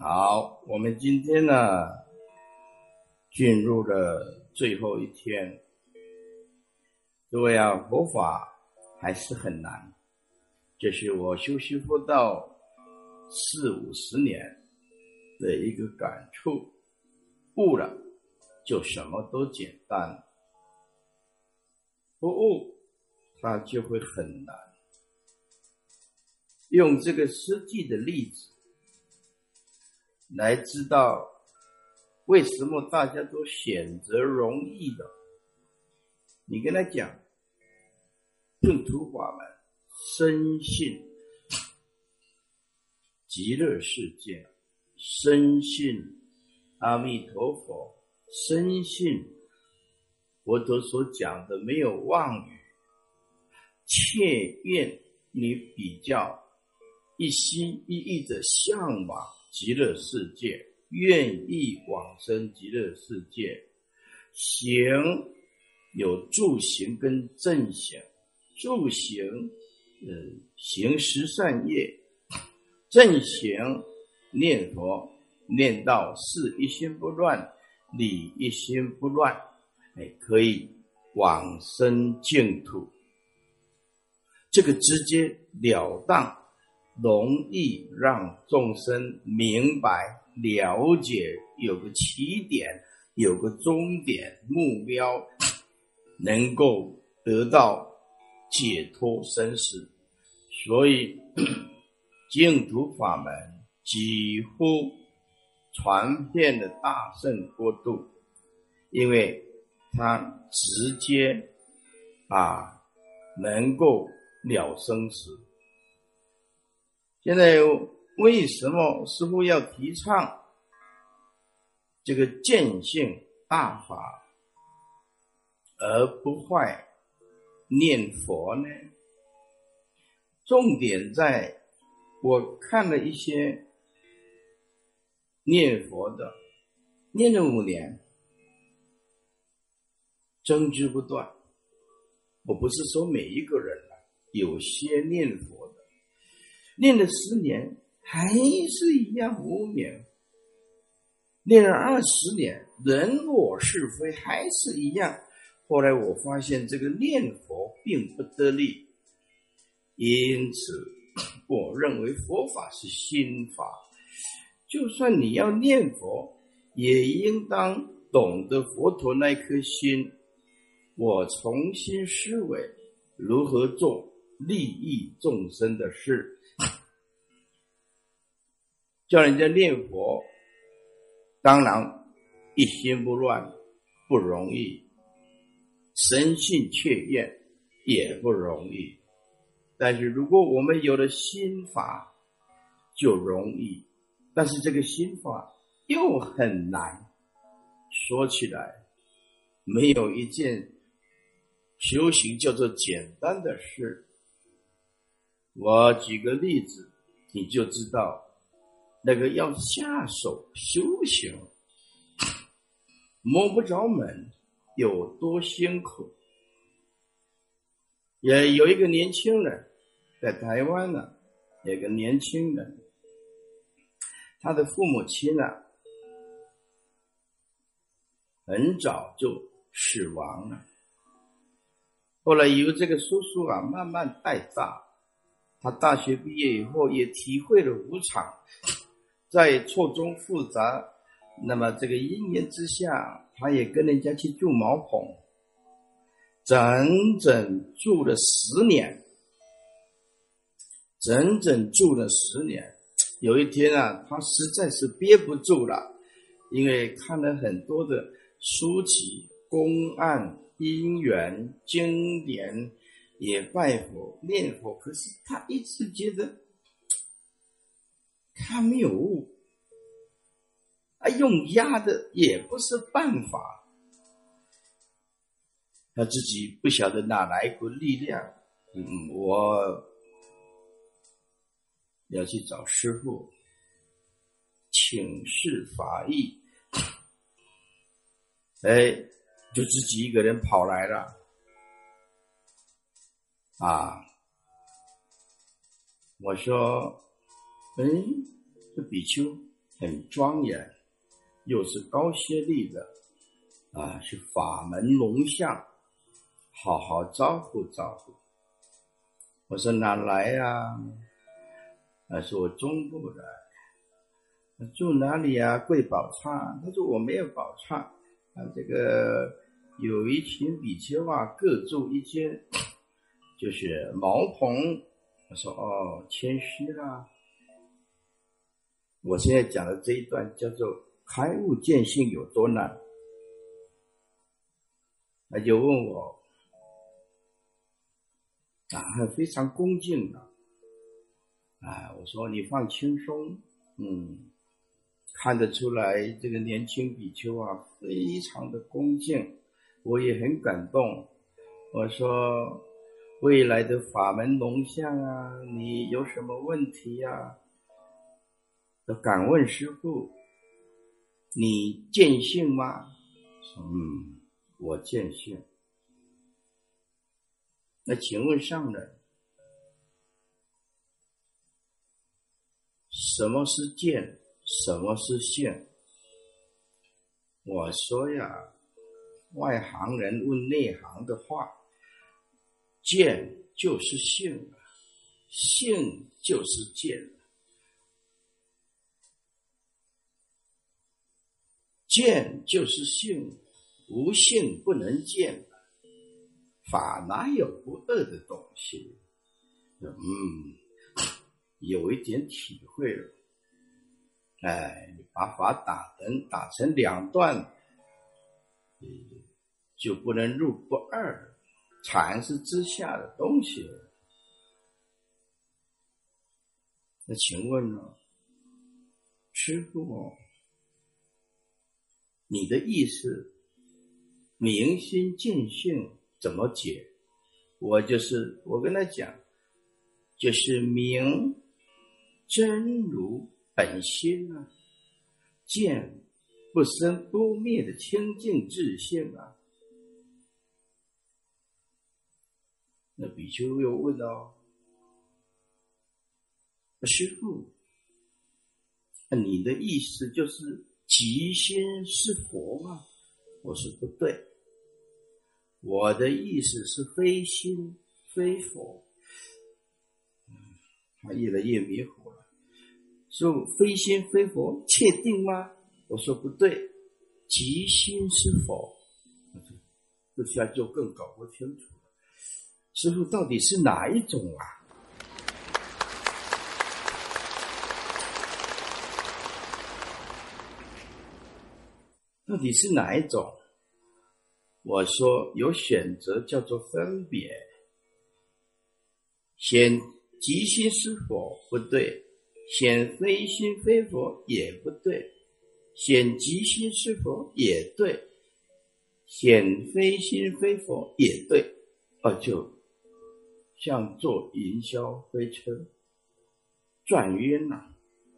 好，我们今天呢进入了最后一天。各位啊，佛法还是很难，这是我修习佛道40-50年的一个感触。悟了就什么都简单，不悟它就会很难。用这个实际的例子来知道为什么大家都选择容易的。你跟他讲净土法门，深信极乐世界，深信阿弥陀佛，深信佛陀所讲的没有妄语，切愿你比较一心一意的向往极乐世界，愿意往生极乐世界。行有助行跟正行，助行行十善业，正行念佛念到事一心不乱，理一心不乱，可以往生净土。这个直截了当，容易让众生明白了解，有个起点，有个终点，目标能够得到解脱生死。所以净土法门几乎传遍了大乘国度，因为它直接能够了生死。现在为什么师父要提倡这个见性大法而不坏念佛呢？重点在我看了一些念佛的，念了5年，争执不断。我不是说每一个人有些念佛的念了10年还是一样无明，念了20年，人我是非还是一样。后来我发现这个念佛并不得力，因此我认为佛法是心法。就算你要念佛，也应当懂得佛陀那颗心，我重新思维如何做利益众生的事。叫人家念佛，当然一心不乱不容易，深信切愿也不容易。但是如果我们有了心法就容易，但是这个心法又很难。说起来没有一件修行叫做简单的事。我举个例子你就知道那个要下手修行摸不着门有多辛苦。也有一个年轻人在台湾呢，有一个年轻人，他的父母亲很早就死亡了。后来由这个叔叔慢慢带大，他大学毕业以后也体会了无常，在错综复杂那么这个因缘之下，他也跟人家去住茅棚，整整住了10年，整整住了10年。有一天他实在是憋不住了，因为看了很多的书籍、公案、因缘、经典，也拜佛念佛，可是他一直觉得他没有悟，用压的也不是办法。他自己不晓得哪来一股力量，我要去找师父请示法义，就自己一个人跑来了我说这比丘很庄严，又是高学历的是法门龙象，好好招呼招呼。我说哪来呀？他说我中部的。住哪里啊？贵宝刹。他说我没有宝刹，这个有一群比丘各住一间，就是茅棚。我说哦，谦虚啦。我现在讲的这一段叫做开悟见性有多难。他就问我非常恭敬的我说你放轻松，看得出来这个年轻比丘非常的恭敬，我也很感动。我说未来的法门龙象你有什么问题都敢问师父。你见性吗？我见性。那请问上人，什么是见？什么是性？我说外行人问内行的话，见就是性，性就是见。见就是性，无性不能见，法哪有不二的东西？有一点体会了。你把法打成两段，就不能入不二，禅是之下的东西。那请问呢，师父你的意思明心见性怎么解？我跟他讲，就是明真如本心见不生不灭的清净自性那比丘又问师父，你的意思就是即心是佛吗？我说不对，我的意思是非心非佛。他越来越迷糊了，说非心非佛，确定吗？我说不对，即心是佛。这下就更搞不清楚了，师父到底是哪一种到底是哪一种？我说有选择叫做分别，显即心是佛不对，显非心非佛也不对，显即心是佛也对，显非心非佛也对，就像坐云霄飞车转晕了。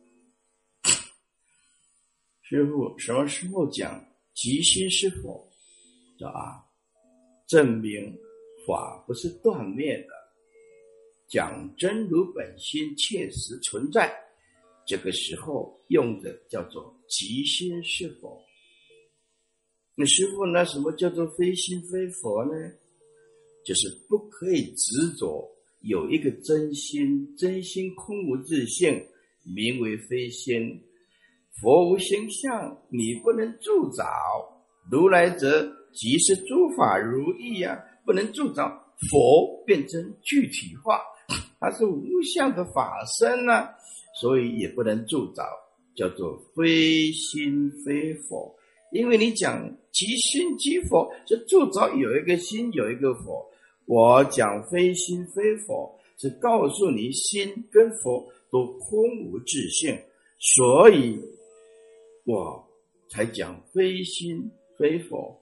师父什么时候讲即心是佛证明法不是断灭的，讲真如本心切实存在，这个时候用的叫做即心是佛。那师父那什么叫做非心非佛呢？就是不可以执着有一个真心，真心空无自性，名为非心。佛无形象，你不能铸造。如来者即是诸法如意不能铸造佛变成具体化，它是无相的法身所以也不能铸造，叫做非心非佛。因为你讲即心即佛，是铸造有一个心有一个佛，我讲非心非佛是告诉你心跟佛都空无自性，所以我才讲非心非佛。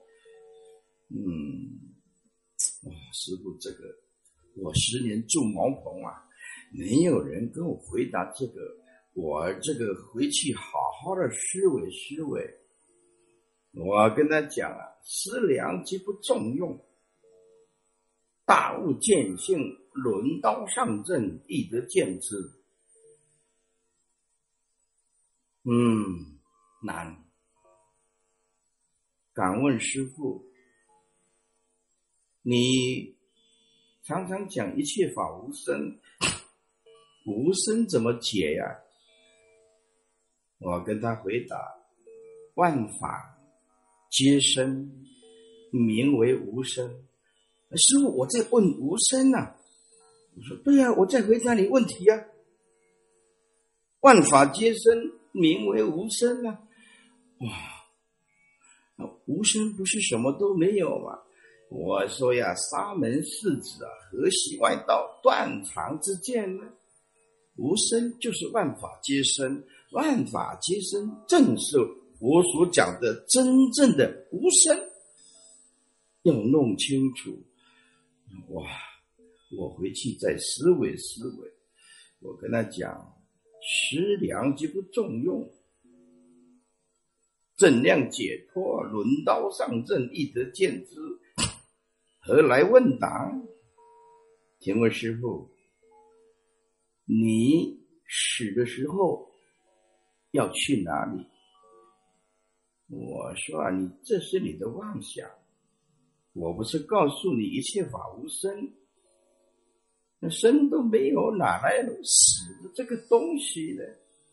师父这个我10年住茅棚没有人跟我回答这个，我这个回去好好的思维。我跟他讲思量即不重用，大悟见性，轮刀上阵，亦得见之。 难。敢问师父，你常常讲一切法无生，无生怎么解呀？我跟他回答：万法皆生，名为无生。师父，我在问无生啊。我说对啊，我在回答你问题啊。万法皆生，名为无生啊。哇，无生不是什么都没有吗？我说呀，沙门四子啊，何喜外道，断常之见呢？无生就是万法皆生，万法皆生正是我所讲的真正的无生，要弄清楚。哇，我回去再思维，我跟他讲，食粮即不重用，正量解脱，轮刀上阵，亦得见之，何来问答？请问师父，你死的时候要去哪里？我说啊，这是你的妄想，我不是告诉你一切法无生，那生都没有，哪来有死的这个东西呢？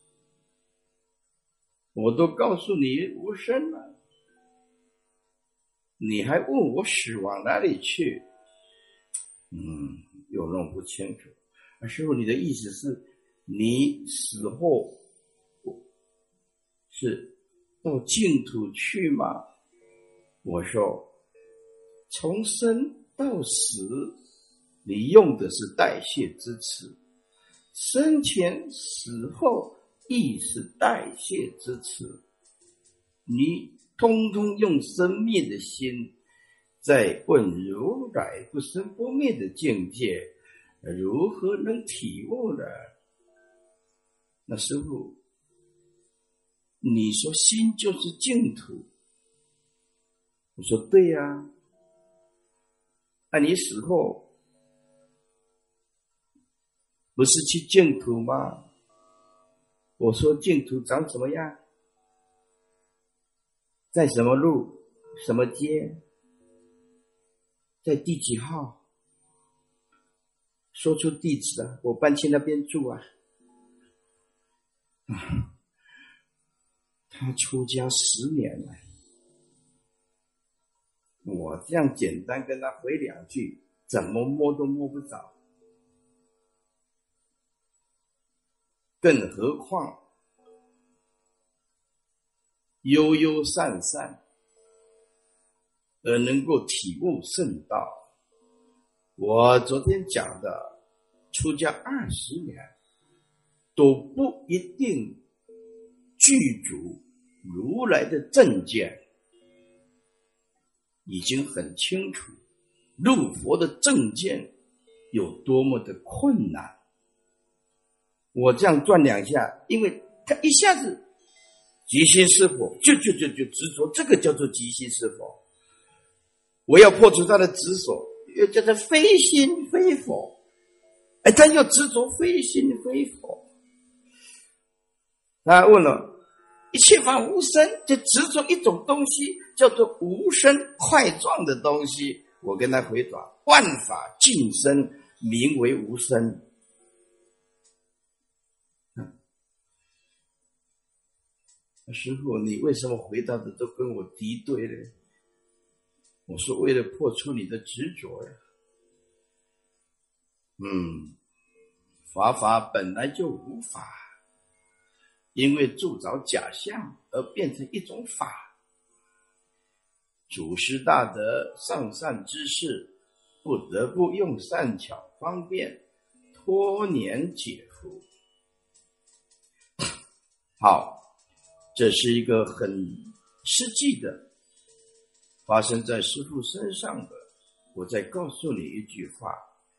我都告诉你无生了，你还问我死往哪里去？又弄不清楚。师父，你的意思是你死后是到净土去吗？我说从生到死，你用的是代谢之词，生前死后亦是代谢之词，你通通用生灭的心在问如来不生不灭的境界，如何能体悟呢？那师父，你说心就是净土，我说对呀。那你死后不是去净土吗？我说净土长什么样？在什么路？什么街？在第几号？说出地址啊，我搬去那边住啊。他出家10年了，我这样简单跟他回2句，怎么摸都摸不着。更何况悠悠散散而能够体悟圣道。我昨天讲的出家20年都不一定具足如来的正见，已经很清楚入佛的正见有多么的困难。我这样转2下，因为他一下子即心是佛，就执着，这个叫做即心是佛。我要破除他的执着，又叫做非心非佛，他又执着非心非佛。他问了，一切法无生，就执着一种东西叫做无生块状的东西。我跟他回答，万法尽生，名为无生。师父，你为什么回答的都跟我敌对呢？我说为了破除你的执着呀。法本来就无法，因为铸造假象而变成一种法。祖师大德上善之士，不得不用善巧方便拖年解缚。好，这是一个很实际的发生在师父身上的。我再告诉你一句话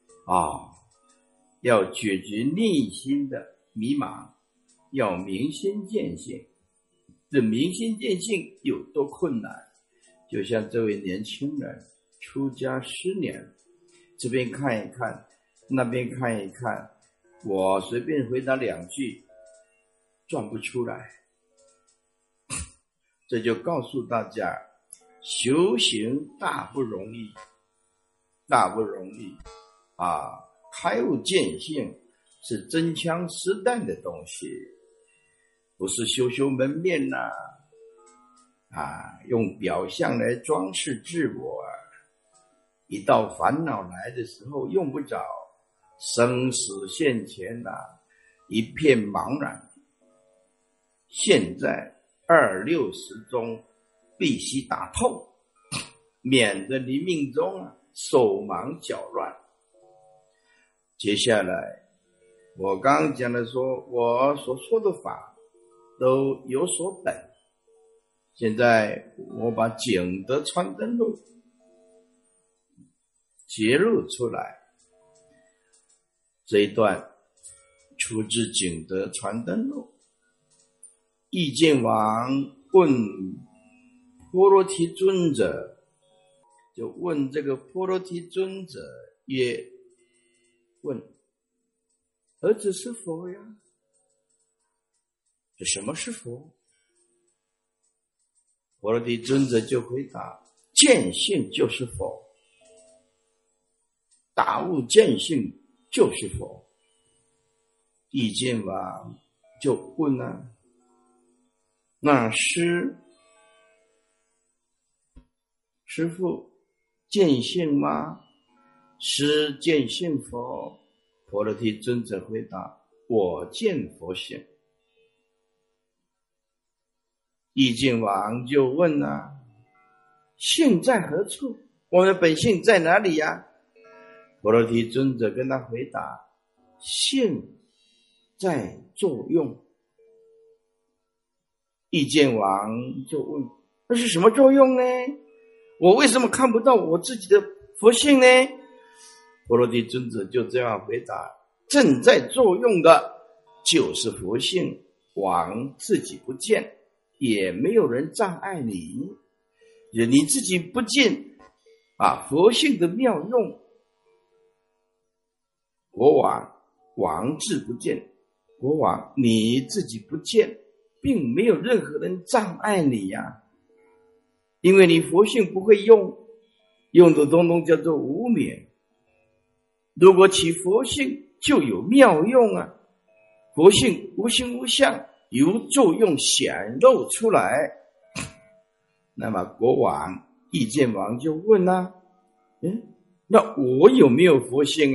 要解决内心的迷茫，要明心见性。这明心见性有多困难？就像这位年轻人出家10年，这边看一看，那边看一看，我随便回答2句转不出来。 这就告诉大家，修行大不容易，大不容易啊！开悟见性是真枪实弹的东西，不是修门面用表象来装饰自我一到烦恼来的时候用不着，生死现前一片茫然。现在26时中必须打透，免得你命中手忙脚乱。接下来我刚刚讲的说，我所说的法都有所本。现在我把景德传灯录揭露出来，这一段出自景德传灯录。意见王问波罗提尊者，就问这个波罗提尊者曰：问儿子是佛呀？这什么是佛？波罗提尊者就回答：见性就是佛，大悟见性就是佛。意见王就问那师父见性吗？师见性否？波罗提尊者回答：我见佛性。意见王就问性在何处？我们的本性在哪里呀？波罗提尊者跟他回答：性在作用。意见王就问：那是什么作用呢？我为什么看不到我自己的佛性呢？波罗提尊者就这样回答：正在作用的就是佛性，王自己不见，也没有人障碍你，你自己不见佛性的妙用，国王自不见，国王你自己不见，并没有任何人障碍你因为你佛性不会用的通通叫做无明。如果起佛性就有妙用佛性无形无相，由作用显露出来。那么国王意见王就问那我有没有佛性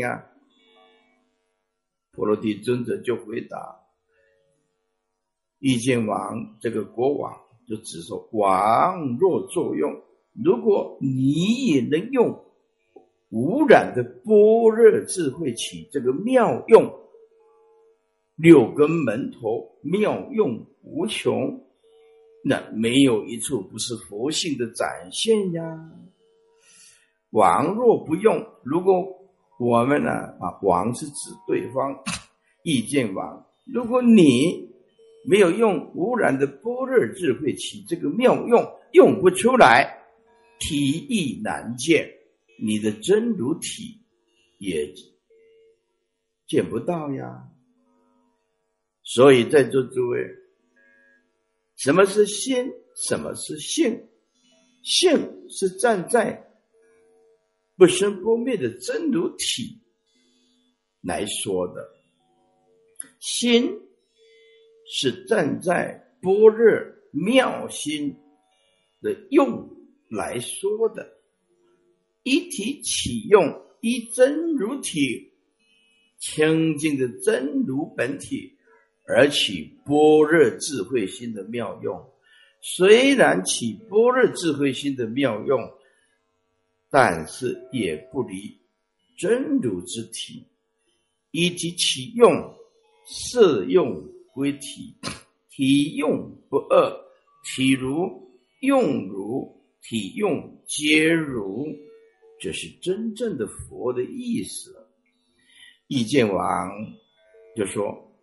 波罗提尊者就回答，意见王这个国王就只说：王若作用，如果你也能用无染的般若智慧起这个妙用，六根门头妙用无穷，那没有一处不是佛性的展现呀。王若不用，如果我们王是指对方，意见王，如果你没有用无染的般若智慧起这个妙用，用不出来，体意难见，你的真如体也见不到呀。所以在座诸位，什么是心？什么是性？性是站在不生不灭的真如体来说的，心是站在般若妙心的用来说的。一体起用，依真如体清净的真如本体而起般若智慧心的妙用。虽然起般若智慧心的妙用，但是也不离真如之体。一体起用，色用归体，体用不二，体如用如，体用皆如，这是真正的佛的意思。意见王就说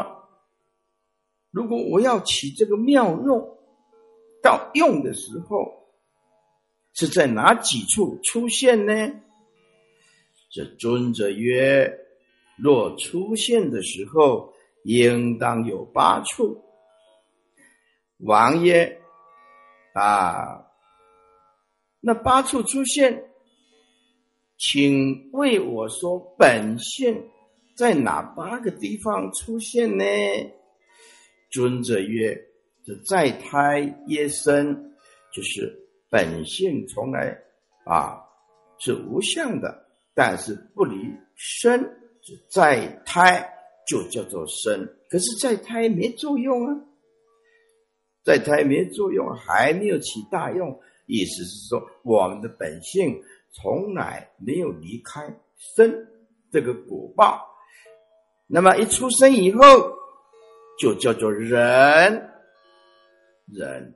如果我要起这个妙用，到用的时候是在哪几处出现呢？这尊者曰：若出现的时候，应当有8处。王曰： 啊。那八处出现，请为我说本性在哪8个地方出现呢？尊者曰：这在胎耶生，就是本性从来是无相的，但是不离生，在胎就叫做生。可是在胎没作用啊，在胎没作用，还没有起大用，意思是说我们的本性从来没有离开生这个果报。那么一出生以后就叫做人，人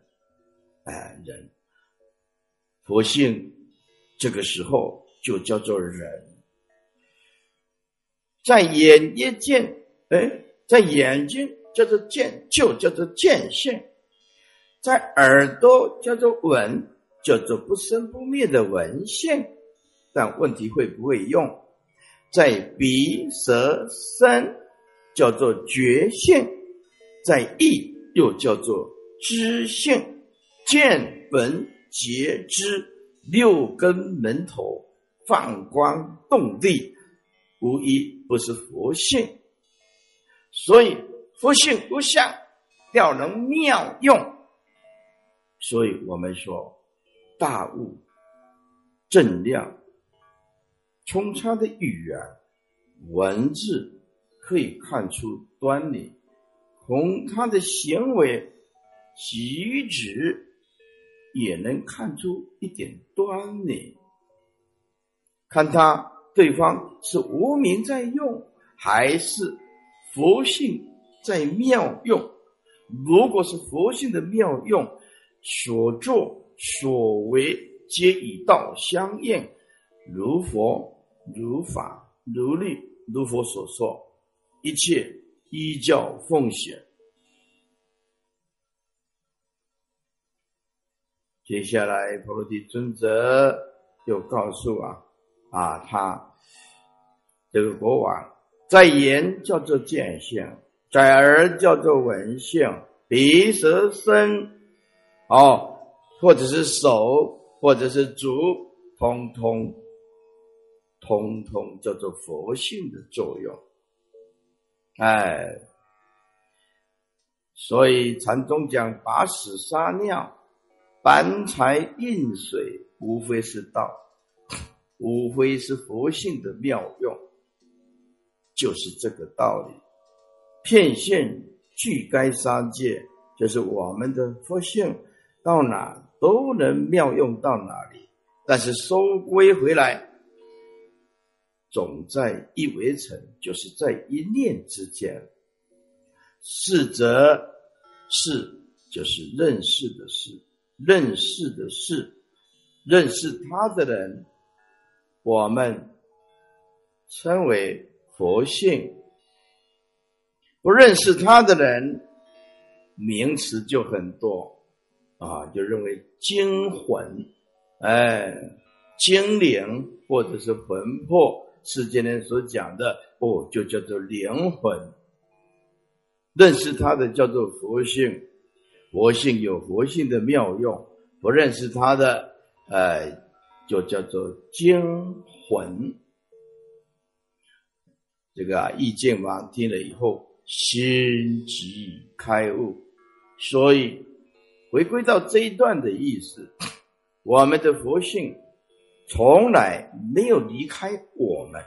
佛性这个时候就叫做人。在眼也见，在眼睛叫做见，就叫做见性。在耳朵叫做闻，叫做不生不灭的闻性，但问题会不会用？在鼻舌身叫做觉性，在意又叫做知性。见闻觉知6根门头放光动地，无一不是佛性。所以佛性无相，调能妙用。所以我们说大悟正量，从他的语言文字可以看出端倪，从他的行为举止也能看出一点端倪。看他对方是无明在用，还是佛性在妙用。如果是佛性的妙用，所作所为皆与道相应，如佛如法如律，如佛所说，一切依教奉行。接下来婆罗提尊者又告诉他这个国王，在眼叫做见性，在耳叫做闻性，鼻舌身或者是手，或者是足，通通叫做佛性的作用。所以禅宗讲把屎撒尿，搬柴运水，无非是道，无非是佛性的妙用，就是这个道理。遍现具该三界，就是我们的佛性到哪都能妙用到哪里，但是收归回来总在一围城，就是在一念之间。是则是就是认识的事，认识的事，认识他的人，我们称为佛性。不认识他的人，名词就很多就认为精魂精灵或者是魂魄，世间人所讲的就叫做灵魂。认识他的叫做佛性，佛性有佛性的妙用，不认识他的就叫做精魂。这个意见王听了以后心即开悟。所以回归到这一段的意思，我们的佛性从来没有离开我们，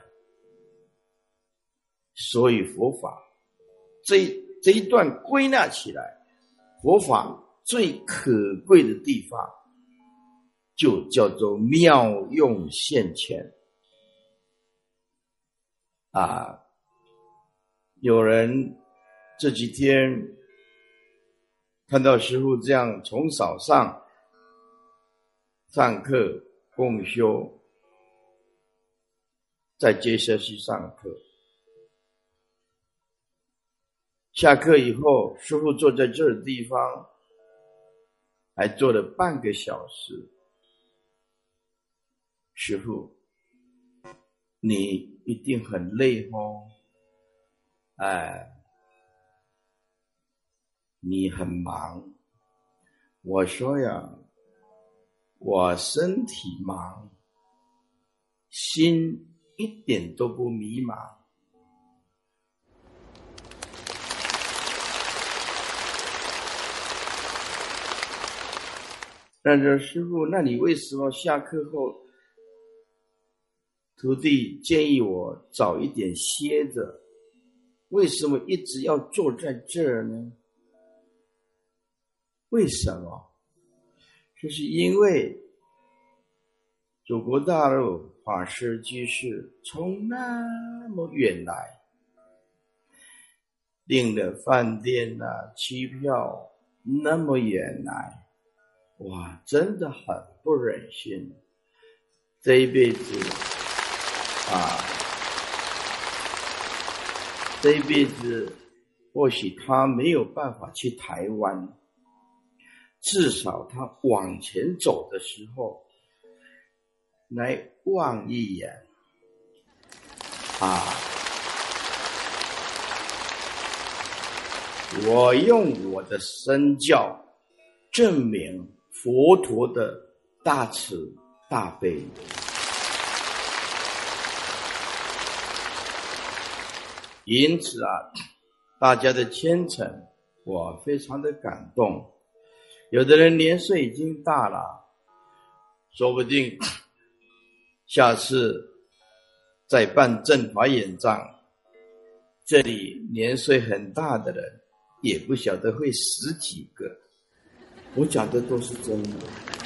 所以佛法这一段归纳起来，佛法最可贵的地方就叫做妙用现前有人这几天看到师父这样从早上上课共修，再接下去上课，下课以后师父坐在这儿的地方还坐了半个小时。师父，你一定很累你很忙， 我说呀，我身体忙，心一点都不迷茫。那这师父，那你为什么下课后，徒弟建议我早一点歇着，为什么一直要坐在这儿呢？为什么？就是因为祖国大陆法师居士从那么远来，订的饭店机票那么远来，哇，真的很不忍心。这一辈子这一辈子或许他没有办法去台湾，至少他往前走的时候来望一眼我用我的身教证明佛陀的大慈大悲。因此大家的虔诚我非常的感动。有的人年岁已经大了，说不定下次再办正法演藏，这里年岁很大的人也不晓得会十几个，我讲的都是真的。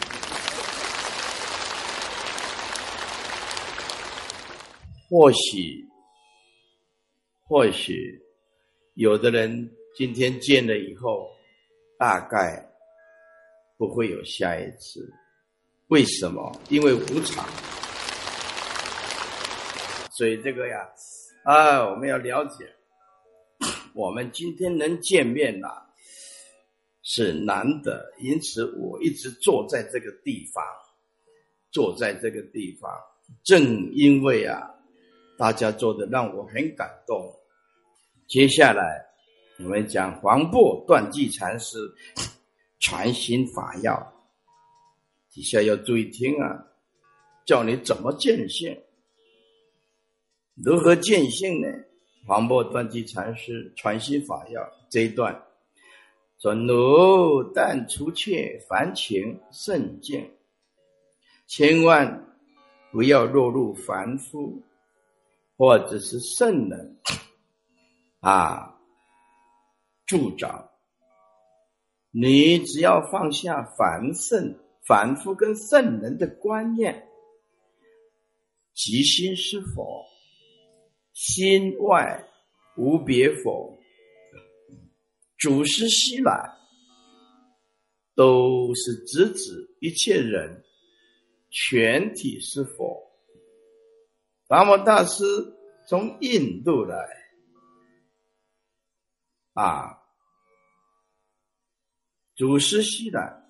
或许有的人今天见了以后，大概不会有下一次。为什么？因为无常。所以这个我们要了解，我们今天能见面是难得，因此我一直坐在这个地方，正因为大家做的让我很感动。接下来我们讲黄檗断际禅师传心法要，底下要注意听叫你怎么见性，如何见性呢？黄檗断际禅师传心法要这一段说：奴但除却凡情圣境，千万不要落入凡夫或者是圣人助长。你只要放下凡夫跟圣人的观念，即心是佛，心外无别佛，祖师西来，都是直指一切人，全体是佛。达摩大师从印度来祖师西来，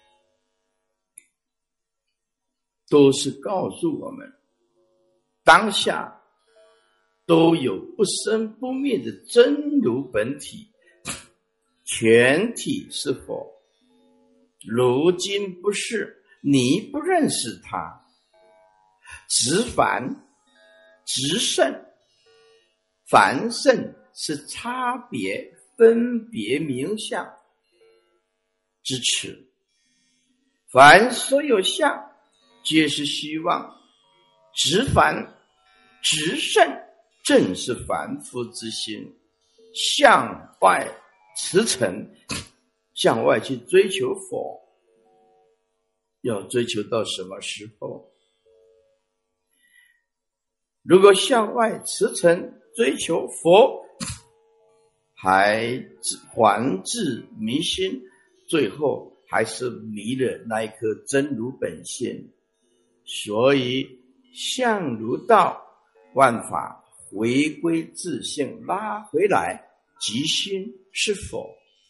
都是告诉我们，当下都有不生不灭的真如本体，全体是佛。如今不是你不认识他，直凡直圣，凡圣是差别分别名相之持，凡所有相皆是虚妄，直凡直圣正是凡夫之心，向外驰骋，向外去追求佛，要追求到什么时候？如果向外驰骋追求佛，还自迷心，最后还是迷了那一颗真如本性。所以相如道，万法回归自性，拉回来，即心是佛。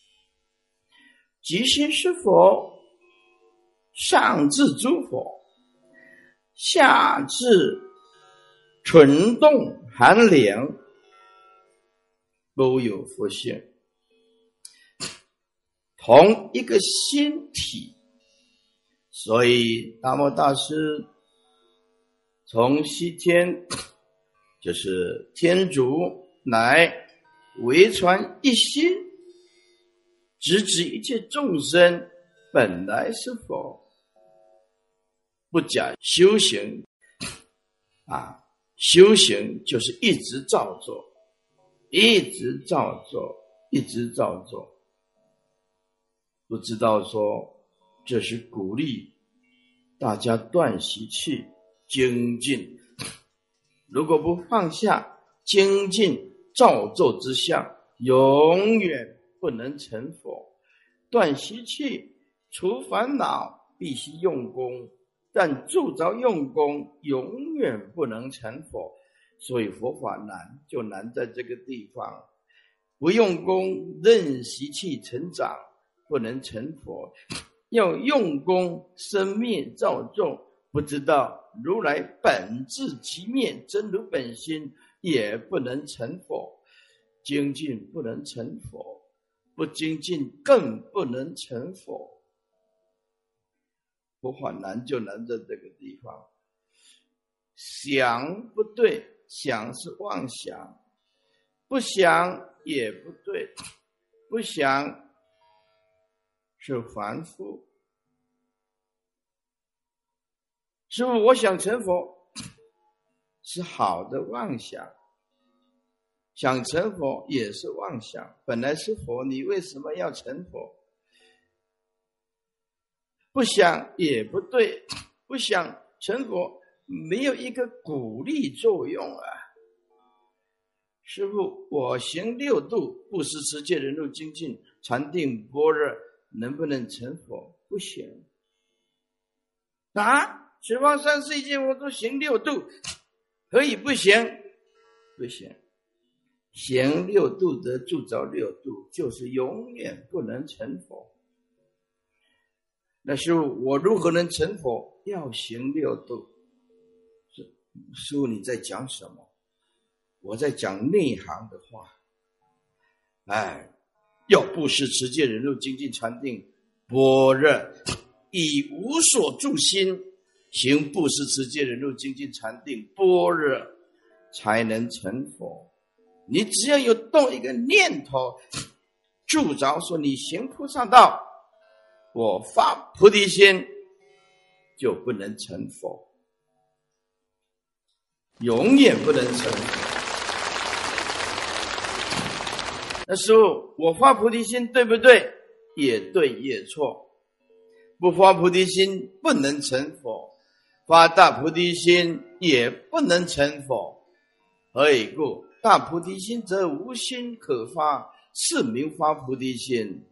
即心是佛，上至诸佛，下至蠢动寒凉，都有佛性。 同一个心体。所以达摩大师从西天，就是天主来为传一心，直指一切众生本来是佛，不假修行修行就是一直照做，一直照做，一直照做。不知道说这是鼓励大家断习气精进，如果不放下精进照做之相，永远不能成佛。断习气除烦恼必须用功，但铸造用功永远不能成佛。所以佛法难就难在这个地方，不用功任习气成长，不能成佛。要用功生灭造作，不知道如来本质其灭，真如本心，也不能成佛。精进不能成佛，不精进更不能成佛。佛法难就难在这个地方。想不对，想是妄想，不想也不对，不想是凡夫。师父，我想成佛，是好的妄想，想成佛也是妄想，本来是佛，你为什么要成佛？不想也不对，不想成佛没有一个鼓励作用啊。师父，我行六度，布施持戒忍辱精进禅定般若，能不能成佛？不行啊！十方三世一切我都行六度，可以不行？不行。行六度得铸造六度，就是永远不能成佛。那师父，我如何能成佛？要行六度。师父，你在讲什么？我在讲内行的话。要布施持戒忍辱精进禅定般若，以无所住心行布施持戒忍辱精进禅定般若，才能成佛。你只要有动一个念头，铸造说你行菩萨道，我发菩提心，就不能成佛，永远不能成佛。那师父，我发菩提心对不对？也对也错。不发菩提心不能成佛，发大菩提心也不能成佛。何以故？大菩提心则无心可发，是名发菩提心。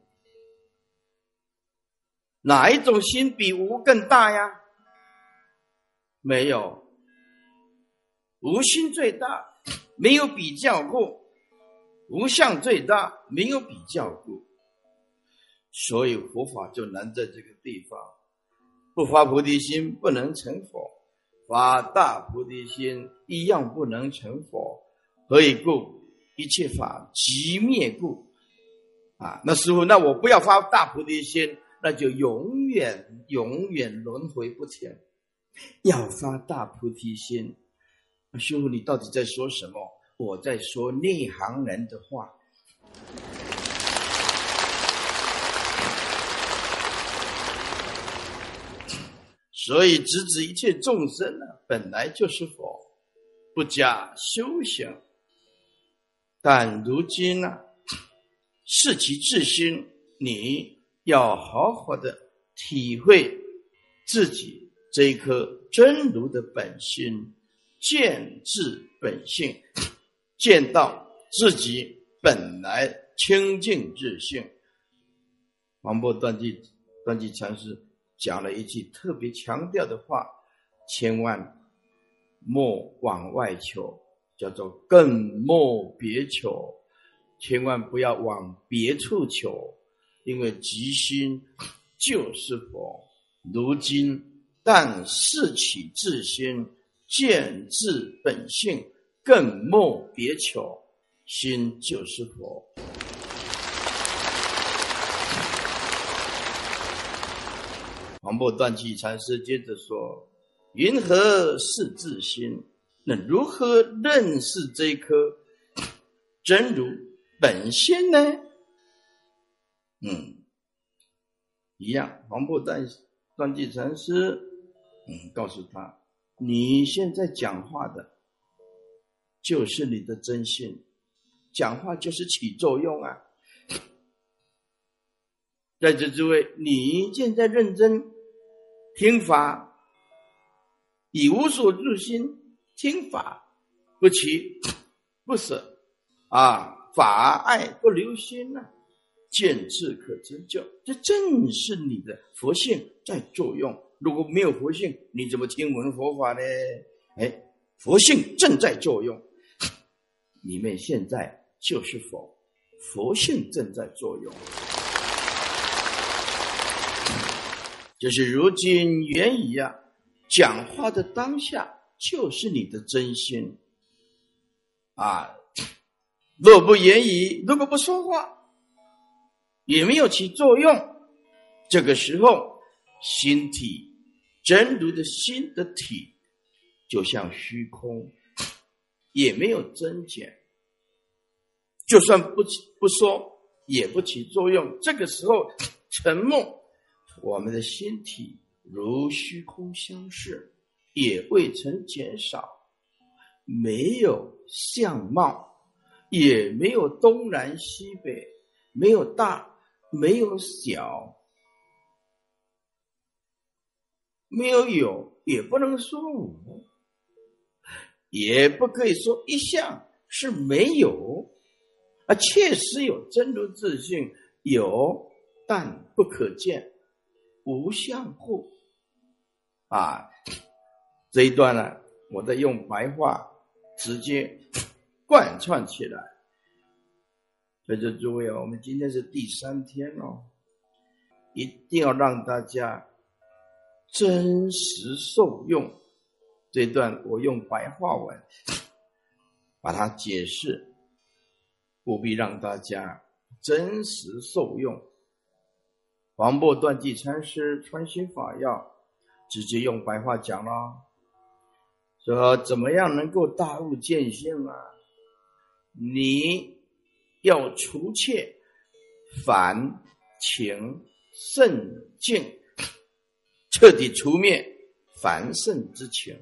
哪一种心比无更大呀？没有，无心最大，没有比较过。无相最大，没有比较过。所以佛法就难在这个地方。不发菩提心不能成佛，发大菩提心一样不能成佛。何以故？一切法即灭故。那师父，那我不要发大菩提心，那就永远轮回不停。要发大菩提心。师父，你到底在说什么？我在说内行人的话。所以直指一切众生本来就是佛，不加修行。但如今视其自心，你要好好的体会自己这一颗真如的本心，见至本性，见到自己本来清净自性。黄檗断际禅师讲了一句特别强调的话，千万莫往外求，叫做更莫别求。千万不要往别处求，因为即心就是佛。如今但视其自心，见至本性，更莫别求，心就是佛。 黄檗断气禅师接着说：云何是自心？那如何认识这一颗真如本心呢？一样，黄檗断气禅师告诉他，你现在讲话的就是你的真心，讲话就是起作用啊。在这诸位，你现在认真听法，以无所住心听法，不起不舍法爱不留心见智可成就，这正是你的佛性在作用。如果没有佛性，你怎么听闻佛法呢？佛性正在作用，你们现在就是佛，佛性正在作用。就是如今言语讲话的当下就是你的真心若不言语，如果不说话，也没有起作用，这个时候心体真如的心的体就像虚空，也没有增减，就算不说也不起作用。这个时候沉默，我们的心体如虚空相视，也未曾减少，没有相貌，也没有东南西北，没有大，没有小，没有也不能说无，也不可以说一项是没有确实有真如自性，有但不可见，无相故这一段我在用白话直接贯穿起来。所以这诸位我们今天是第3天一定要让大家真实受用。这段我用白话文把它解释，务必让大家真实受用。黄檗断气禅师传心法要直接用白话讲了，说怎么样能够大悟见性你要除却烦情圣境，彻底除灭烦圣之情，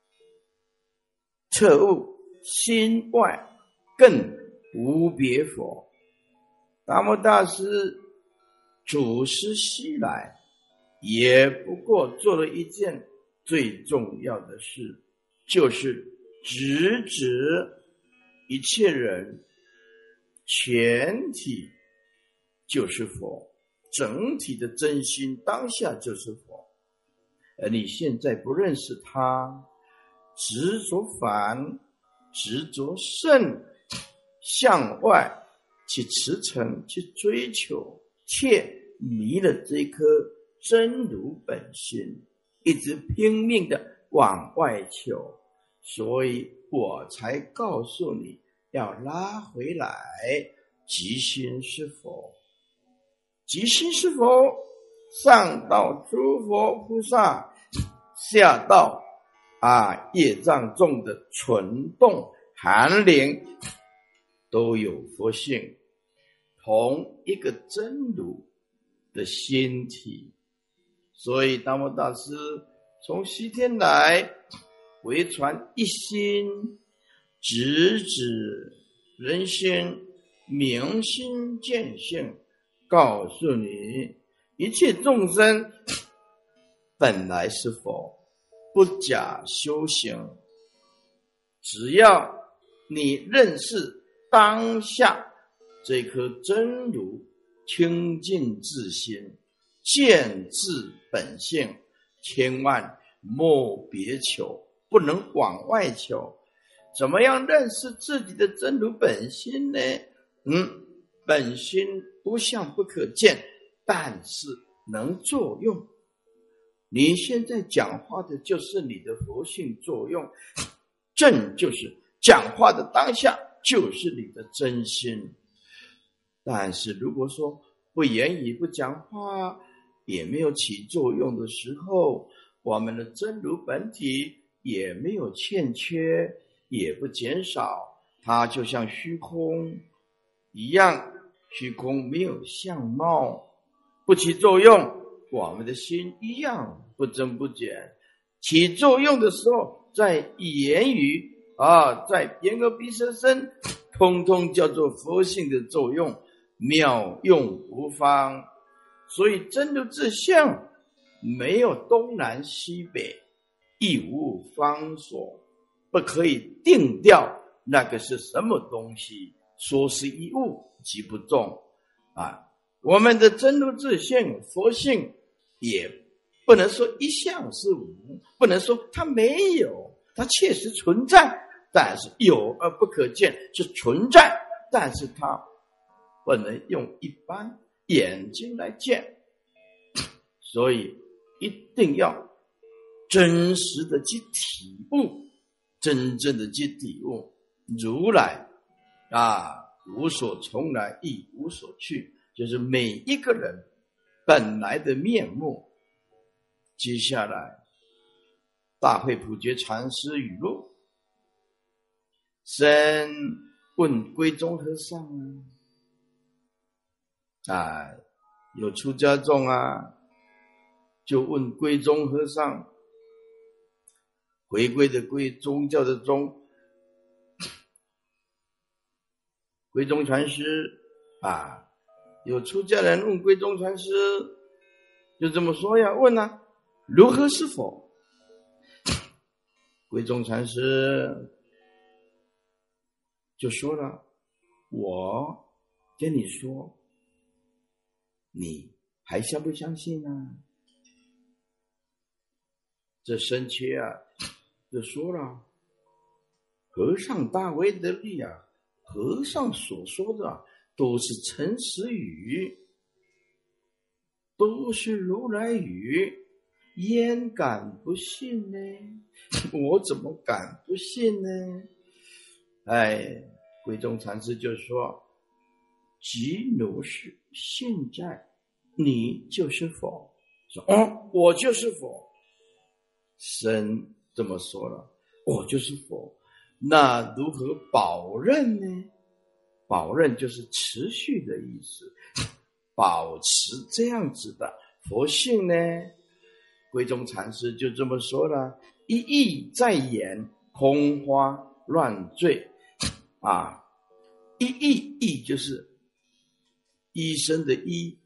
彻悟心外更无别佛。达摩大师祖师西来也不过做了一件最重要的事，就是直指一切人全体就是佛，整体的真心当下就是佛。而你现在不认识他，执着烦，执着圣，向外去驰骋，去追求，却迷了这颗真如本心，一直拼命的往外求。所以我才告诉你要拉回来，即心是佛。即心是佛，上到诸佛菩萨，下到业障重的蠢动寒灵，都有佛性，同一个真如的心体。所以达摩大师从西天来回传一心，直指人心，明心见性，告诉你一切众生本来是佛，不假修行，只要你认识当下这颗真如清净自心，见自本性，千万莫别求，不能往外求。怎么样认识自己的真如本心呢？本心不相不可见，但是能作用。你现在讲话的就是你的佛性作用，正就是讲话的当下就是你的真心。但是如果说不言语不讲话， 也没有起作用的时候，我们的真如本体也没有欠缺，也不减少，它就像虚空一样，虚空没有相貌，不起作用，我们的心一样不增不减。起作用的时候，在言语在言而鼻舌身，通通叫做佛性的作用，妙用无方。所以真如自相没有东南西北，亦无方所，不可以定调那个是什么东西，说是一物即不中我们的真如自性佛性也不能说一向是无，不能说它没有，它确实存在，但是有而不可见，是存在，但是它不能用一般眼睛来见。所以一定要真实的去体悟，真正的去体悟如来无所从来亦无所去，就是每一个人本来的面目。接下来大慧普觉禅师语录：身问归宗和尚有出家众就问归宗和尚，回归的归，宗教的宗，归宗禅师有出家人问归宗禅师，就这么说呀，问如何是佛？归宗禅师就说了，我跟你说，你还相不相信这僧伽就说了，和尚大威德力和尚所说的都是诚实语，都是如来语，焉敢不信呢？我怎么敢不信呢？归宗禅师就说，即如是现在你就是佛。说我就是佛。僧这么说了，我就是佛，那如何保任呢？保任就是持续的意思，保持这样子的佛性呢？归宗禅师就这么说了，一意在言，空花乱坠意就是医生的医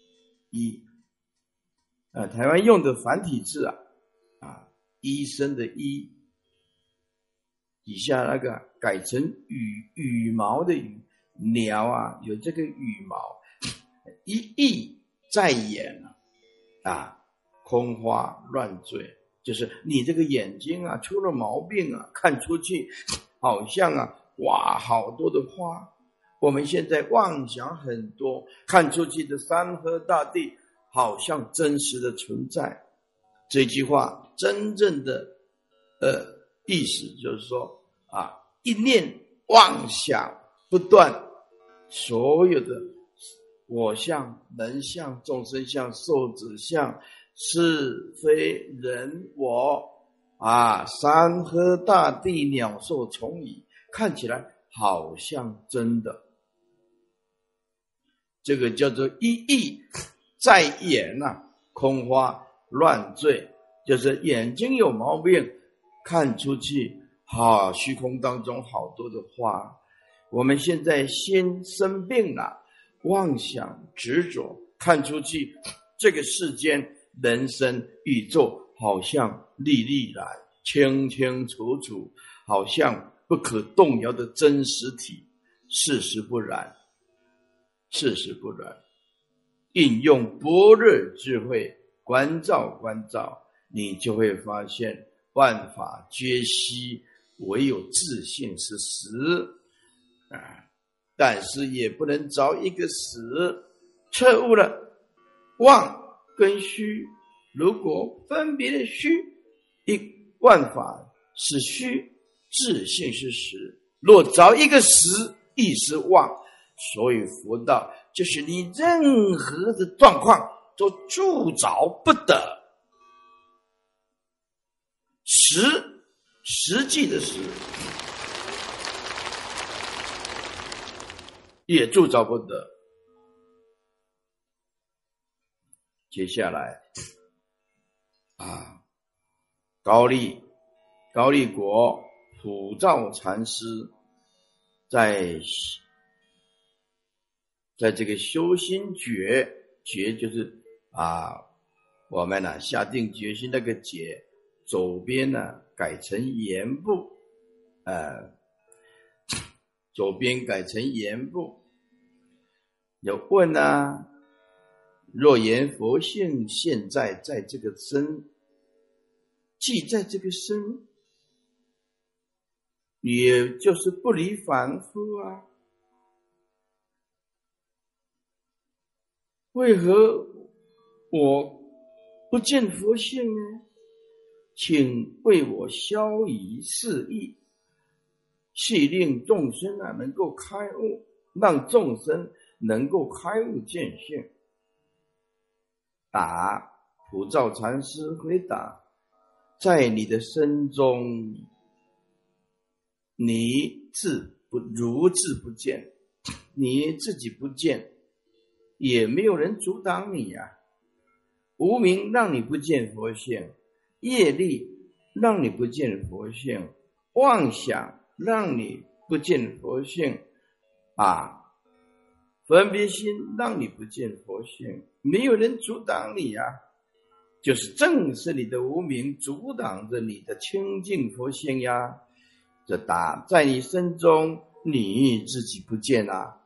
台湾用的繁体字医生的医底下那个改成羽毛的羽，鸟有这个羽毛，一意在眼空花乱坠，就是你这个眼睛出了毛病看出去好像好多的花。我们现在妄想很多，看出去的山河大地好像真实的存在。这句话真正的意思就是说一念妄想不断，所有的我相、人相、众生相、寿者相、是非人我山河大地、鸟兽虫蚁，看起来好像真的。这个叫做一意在眼空花乱坠，就是眼睛有毛病，看出去虚空当中好多的花。我们现在心生病了，妄想执着，看出去这个世间人生宇宙好像历历然清清楚楚，好像不可动摇的真实体。事实不然，事实不然。应用般若智慧关照，你就会发现万法皆虚，唯有自性是实但是也不能着一个实，彻悟了妄跟虚，如果分别的虚，万法是虚，自性是实，若着一个实，亦是妄。所以佛道就是你任何的状况都铸造不得。实际的实也铸造不得。接下来高丽国普照禅师在这个修心决就是我们下定决心那个解，左边改成言部，左边改成言部。有问若言佛性现在在这个身，即在这个身，也就是不离凡夫为何我不见佛性呢？请为我消疑释义，系令众生能够开悟，让众生能够开悟见性。普照禅师回答：在你的身中，你如自不见，你自己不见，也没有人阻挡你无明让你不见佛性，业力让你不见佛性，妄想让你不见佛性分别心让你不见佛性，没有人阻挡你就是正是你的无明阻挡着你的清净佛性这在你身中你自己不见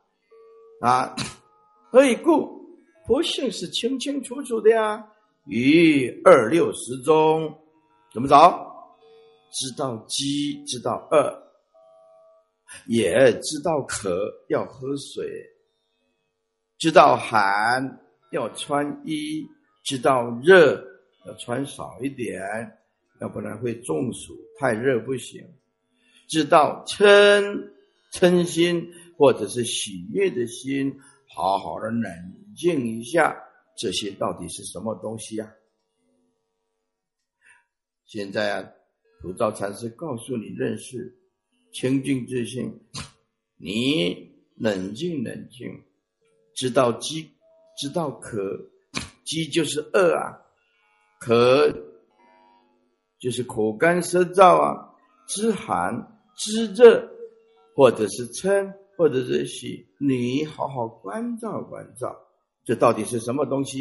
何以故？佛性是清清楚楚的于二六时中怎么着？知道饥，知道饿，也知道渴要喝水，知道寒要穿衣，知道热要穿少一点，要不然会中暑，太热不行。知道嗔心或者是喜悦的心，好好的冷静一下，这些到底是什么东西现在普照禅师告诉你认识清净自性，你冷静冷静，知道饥，知道渴，饥就是饿渴就是口干舌燥知寒知热，或者是嗔，或者是喜，你好好关照关照，这到底是什么东西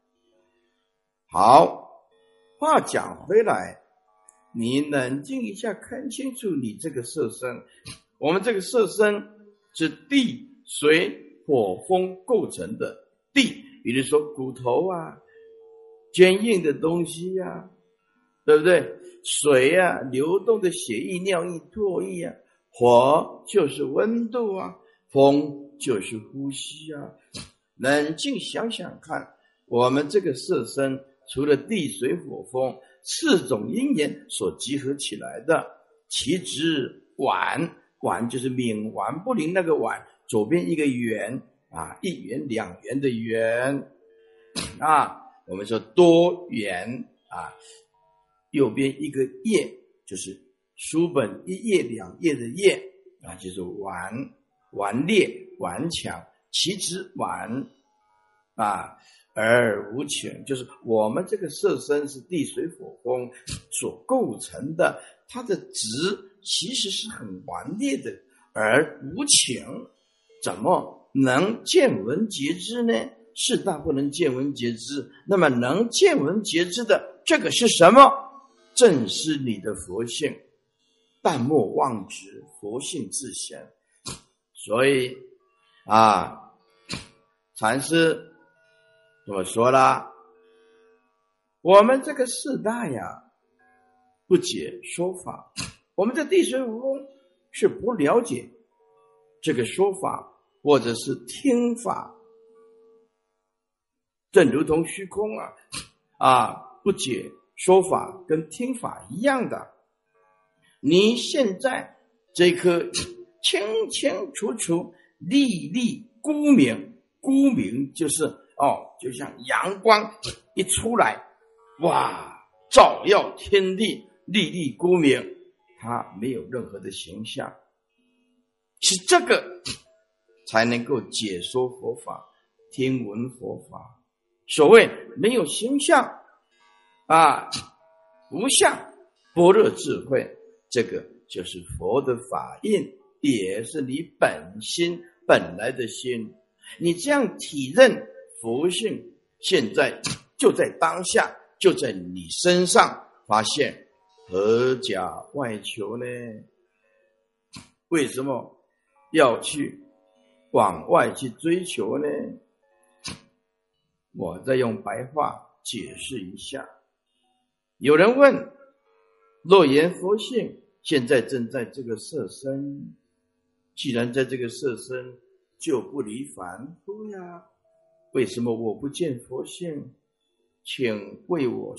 好，话讲回来，你冷静一下，看清楚你这个色身。我们这个色身是地水火风构成的。地比如说骨头坚硬的东西对不对？水流动的血液尿液唾液火就是温度风就是呼吸冷静想想看，我们这个色身除了地水火风4种因缘所集合起来的，其直丸，丸就是冥顽不灵那个丸，左边一个圆一圆两圆的圆我们说多元右边一个叶，就是书本一页两页的页就是顽劣顽强，其直顽而无情，就是我们这个色身是地水火风所构成的，它的直其实是很顽劣的，而无情，怎么能见闻觉知呢？是大不能见闻觉知，那么能见闻觉知的这个是什么？正是你的佛性，但莫忘之，佛性自显。所以禅师怎么说啦？我们这个世代不解说法，我们这地水火风是不了解这个说法，或者是听法，正如同虚空不解说法跟听法一样的。你现在这颗清清楚楚历历孤明，孤明就是就像阳光一出来，哇，照耀天地，历历孤明，它没有任何的形象，是这个才能够解说佛法，听闻佛法。所谓没有形象无相般若智慧，这个就是佛的法印，也是你本心本来的心。你这样体认佛性，现在就在当下，就在你身上，发现何假外求呢？为什么要去往外去追求呢？我再用白话解释一下。有人问，若言佛性现在正在这个色身，既然在这个色身，就不离凡夫呀，为什么我不见佛性？请为我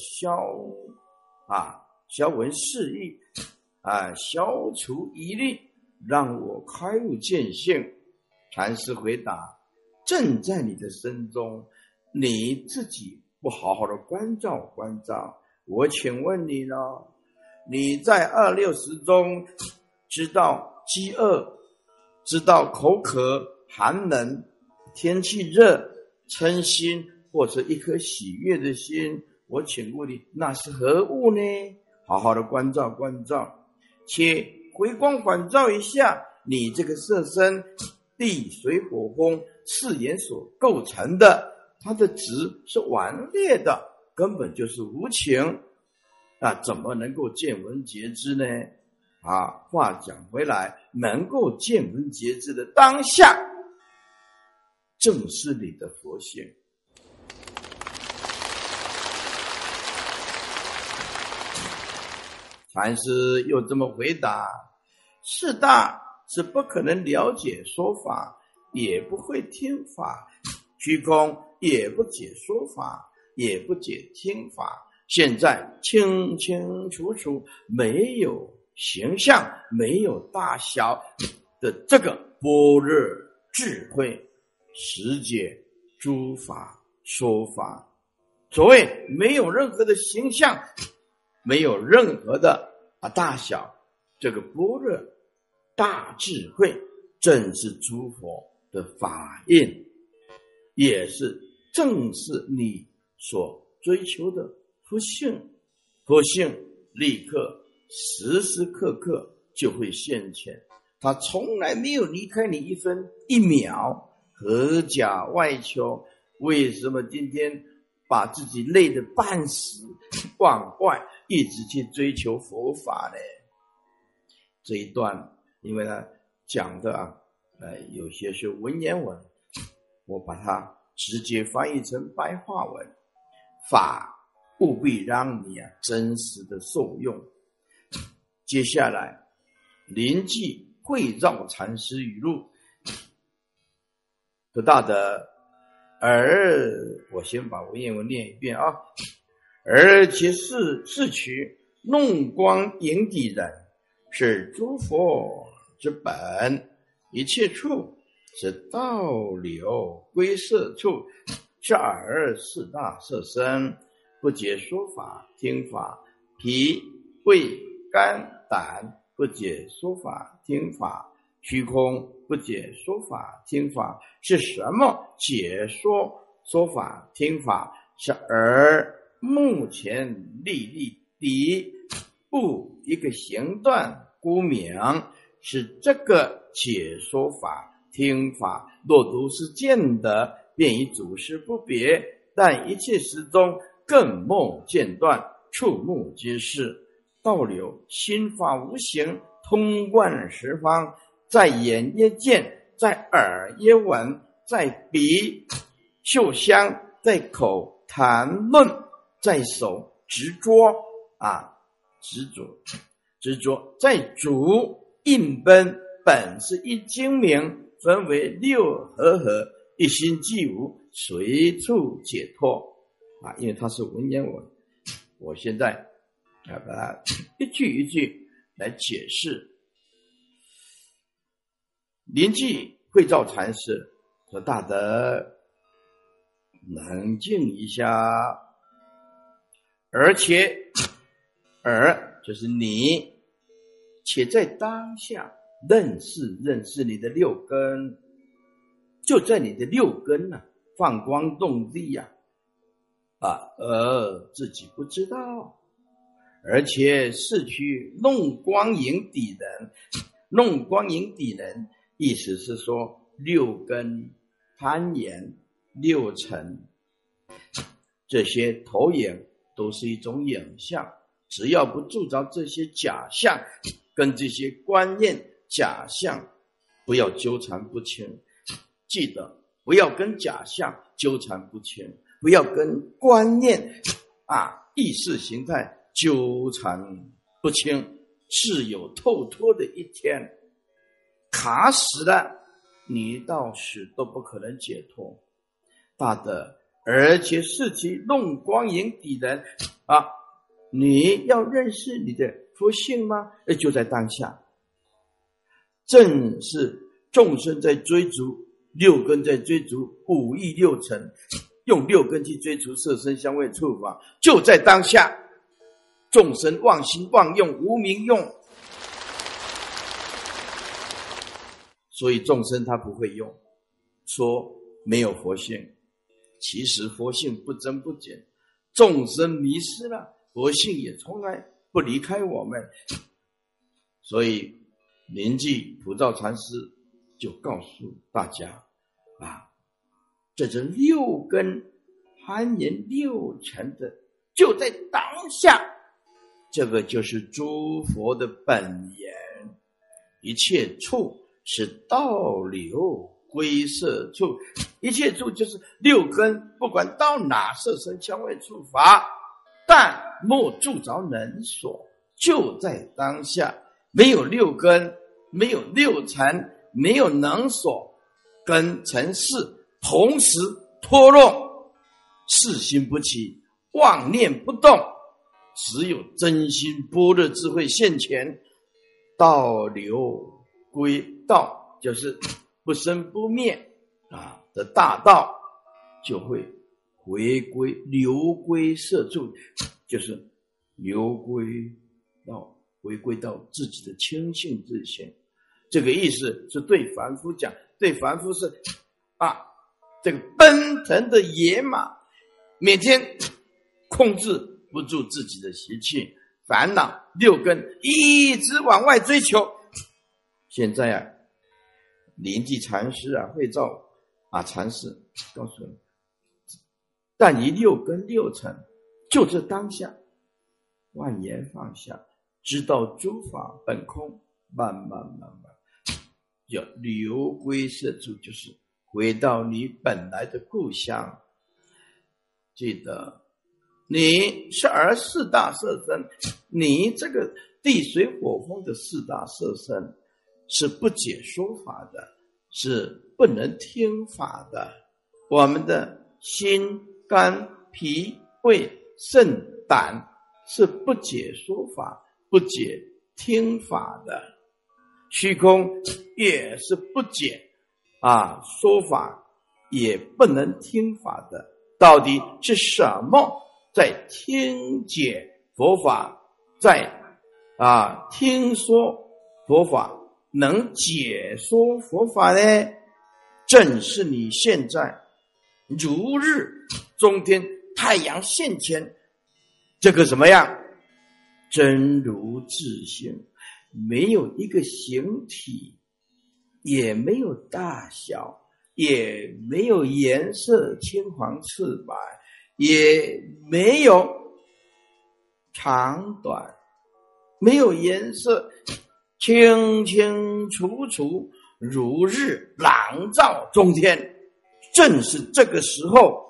消文释义消除疑虑，让我开悟见性。禅师回答，正在你的身中，你自己不好好的关照。我请问你呢，你在260中知道饥饿，知道口渴寒冷，天气热嗔心，或者一颗喜悦的心，我请问你，那是何物呢？好好的关照，且回光返照一下，你这个色身地水火风4元所构成的，它的质是顽劣的，根本就是无情，怎么能够见闻觉知呢？话讲回来，能够见闻觉知的当下，正是你的佛性。禅师又这么回答，四大是不可能了解说法，也不会听法，虚空也不解说法，也不解听法，现在清清楚楚，没有形象，没有大小的这个般若智慧，实解诸法说法。所谓没有任何的形象，没有任何的大小，这个般若大智慧正是诸佛的法印，也是正是你所追求的佛性。佛性立刻时时刻刻就会现前，它从来没有离开你一分一秒，何假外求？为什么今天把自己累得半死，往外一直去追求佛法呢？这一段因为呢讲的有些是文言文，我把它直接翻译成白话文，法务必让你真实的受用。接下来临济慧照禅师语录，不大的我先把文言文念一遍而其事取弄光引底人，是诸佛之本，一切处是道流归色处，是耳四大色身，不解说法听法，脾胃肝胆不解说法听法，虚空不解说法听法，是什么解说法听法？是耳目前历历敌不一个行断孤明，是这个解说法听法。若如是见得，便与祖师不别，但一切时中更莫间断，触目皆是。道流心法无形，通贯十方，在眼也见，在耳也闻，在鼻嗅香，在口谈论，在手执着执着，在主印本，本是一精明，分为六合，一心即无，随处解脱因为它是文言文，我现在把它一句一句来解释。临济慧照禅师说，大德冷静一下。而就是你，且在当下认识你的六根，就在你的六根啊，放光动地啊，自己不知道，而且是去弄光影底人。弄光影底人，意思是说六根、攀岩、六尘，这些投影都是一种影像，只要不铸造这些假象跟这些观念假象，不要纠缠不清。记得不要跟假象纠缠不清，不要跟观念意识形态纠缠不清，是有透脱的一天。卡死了，你到死都不可能解脱。大德，而且是其弄光影底人你要认识你的佛性吗？就在当下。正是众生在追逐，六根在追逐五欲六尘，用六根去追逐色声香味触法，就在当下。众生妄心妄用无明用，所以众生他不会用，说没有佛性，其实佛性不增不减，众生迷失了，佛性也从来不离开我们。所以临济普照禅师就告诉大家这六根攀岩六尘的就在当下，这个就是诸佛的本源。一切处是倒流归色处，一切处就是六根，不管到哪色声香味触法，但莫铸造能所，就在当下。没有六根，没有六尘，没有能所，跟尘世同时脱落，事心不起，妄念不动，只有真心般若智慧现前，倒流归道，就是不生不灭的大道，就会回归流归色处，就是回归到自己的清净自性。这个意思是对凡夫讲，对凡夫是这个奔腾的野马，每天控制不住自己的习气烦恼六根，一直往外追求。现在临济禅师慧照禅师告诉你，但以六根六尘，就这当下万言放下，知道诸法本空，慢慢要流归色处，就是回到你本来的故乡。记得你是四大色身，你这个地水火风的四大色身是不解说法的，是不能听法的。我们的心肝脾胃肾胆是不解说法，不解听法的。虚空也是不解说法，也不能听法的。到底是什么在听解佛法，在听说佛法，能解说佛法呢？正是你现在如日中天，太阳现前，这个怎么样？真如自性，没有一个形体，也没有大小，也没有颜色青黄赤白，也没有长短，没有颜色，清清楚楚，如日朗照中天。正是这个时候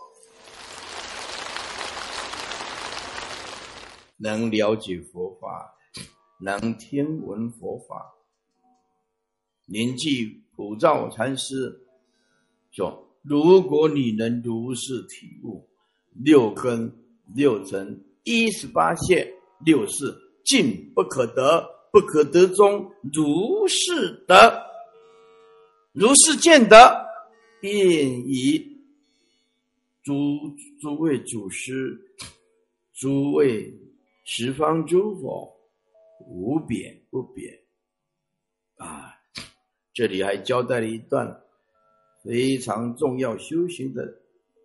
能了解佛法，能听闻佛法。临济普照禅师说，如果你能如是体悟，六根六尘18界六事尽不可得，不可得中如是得，如是见得，便以诸位祖师，诸位十方诸佛，无边不变啊！这里还交代了一段非常重要修行的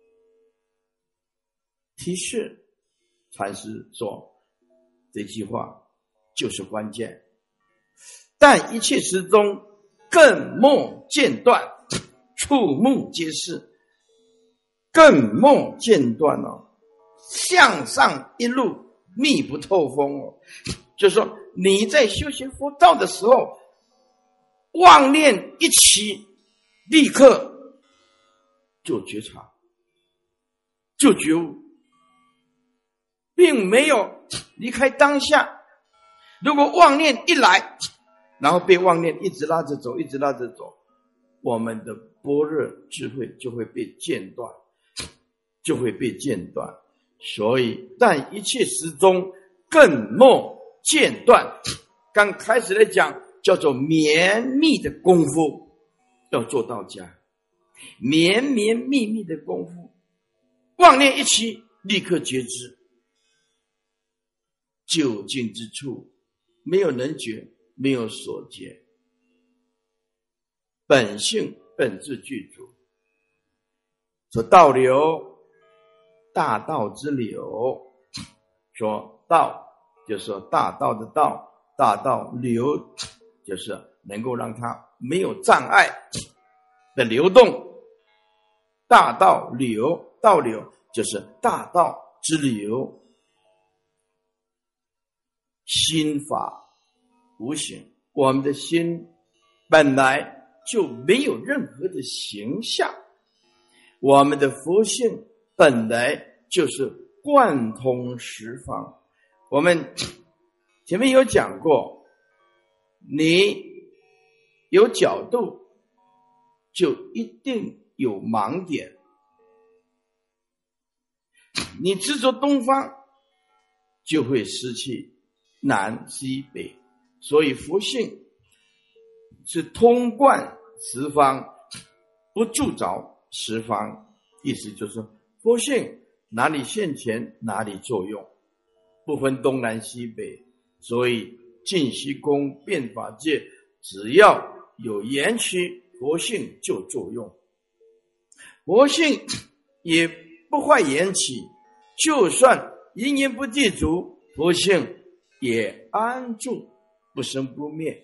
提示。禅师说这句话就是关键，但一切时中，更莫间断，触目皆是。更莫间断哦，向上一路密不透风哦。就是说你在修行佛道的时候，妄念一起，立刻就觉察，就觉悟，并没有离开当下。如果妄念一来，然后被妄念一直拉着走，一直拉着走，我们的般若智慧就会被间断，就会被间断。所以但一切时中，更莫间断。刚开始来讲叫做绵密的功夫，要做到家，绵绵密密的功夫，妄念一起，立刻觉知，就近之处，没有能觉，没有所觉，本性本自具足。说道流，大道之流。说道就是说大道的道，大道流就是能够让它没有障碍的流动。大道流，道流就是大道之流。心法无形，我们的心本来就没有任何的形象，我们的佛性本来就是贯通十方。我们前面有讲过，你有角度就一定有盲点，你执着东方就会失去南西北。所以佛性是通贯十方，不住着十方。意思就是说佛性哪里现前哪里作用，不分东南西北。所以净虚空变法界，只要有缘起，佛性就作用。佛性也不坏缘起，就算因缘不具足，佛性也安住，不生不灭。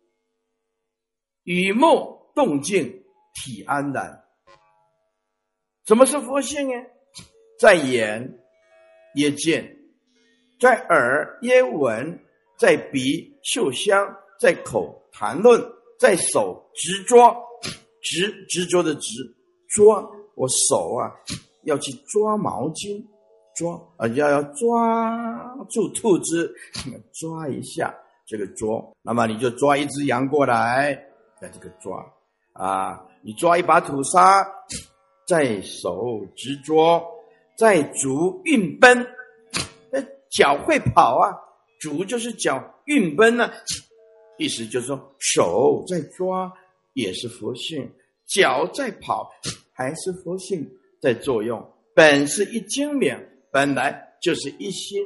雨墨动静，体安然。什么是佛性呢？在眼也见，在耳也闻，在鼻嗅香，在口谈论，在手执着，执着的执，抓，我手啊要去抓毛巾，抓要抓住兔子，抓一下这个捉，那么你就抓一只羊过来，在这个抓啊，你抓一把土沙，在手执着，在足运奔，脚会跑啊，足就是脚运奔呢，意思就是说手在抓也是佛性，脚在跑还是佛性在作用。本是一精明，本来就是一心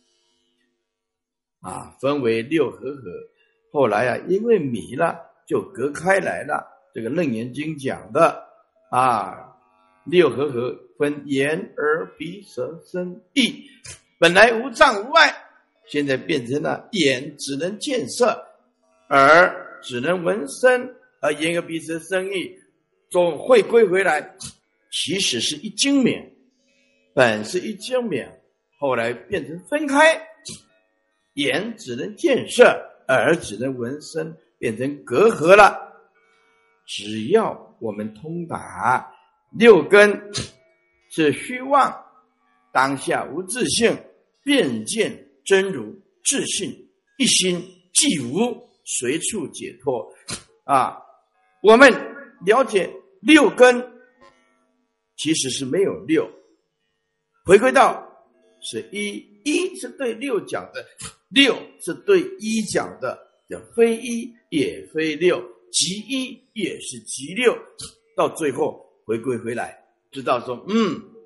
啊，分为六合合。后来啊，因为迷了就隔开来了。这个楞严经讲的啊，六合合分眼耳鼻舌身意，本来无障无碍，现在变成了眼只能见色，耳只能闻声，而眼耳鼻舌身意总会归回来，其实是一精明，本是一精明，后来变成分开，眼只能见色，耳只能闻声，变成隔阂了。只要我们通达六根是虚妄，当下无自性，便见真如，自性一心，即无随处解脱啊！我们了解六根其实是没有六，回归到是一是对六讲的，六是对一讲的，非一也非六，即一也是即六，到最后回归回来，知道说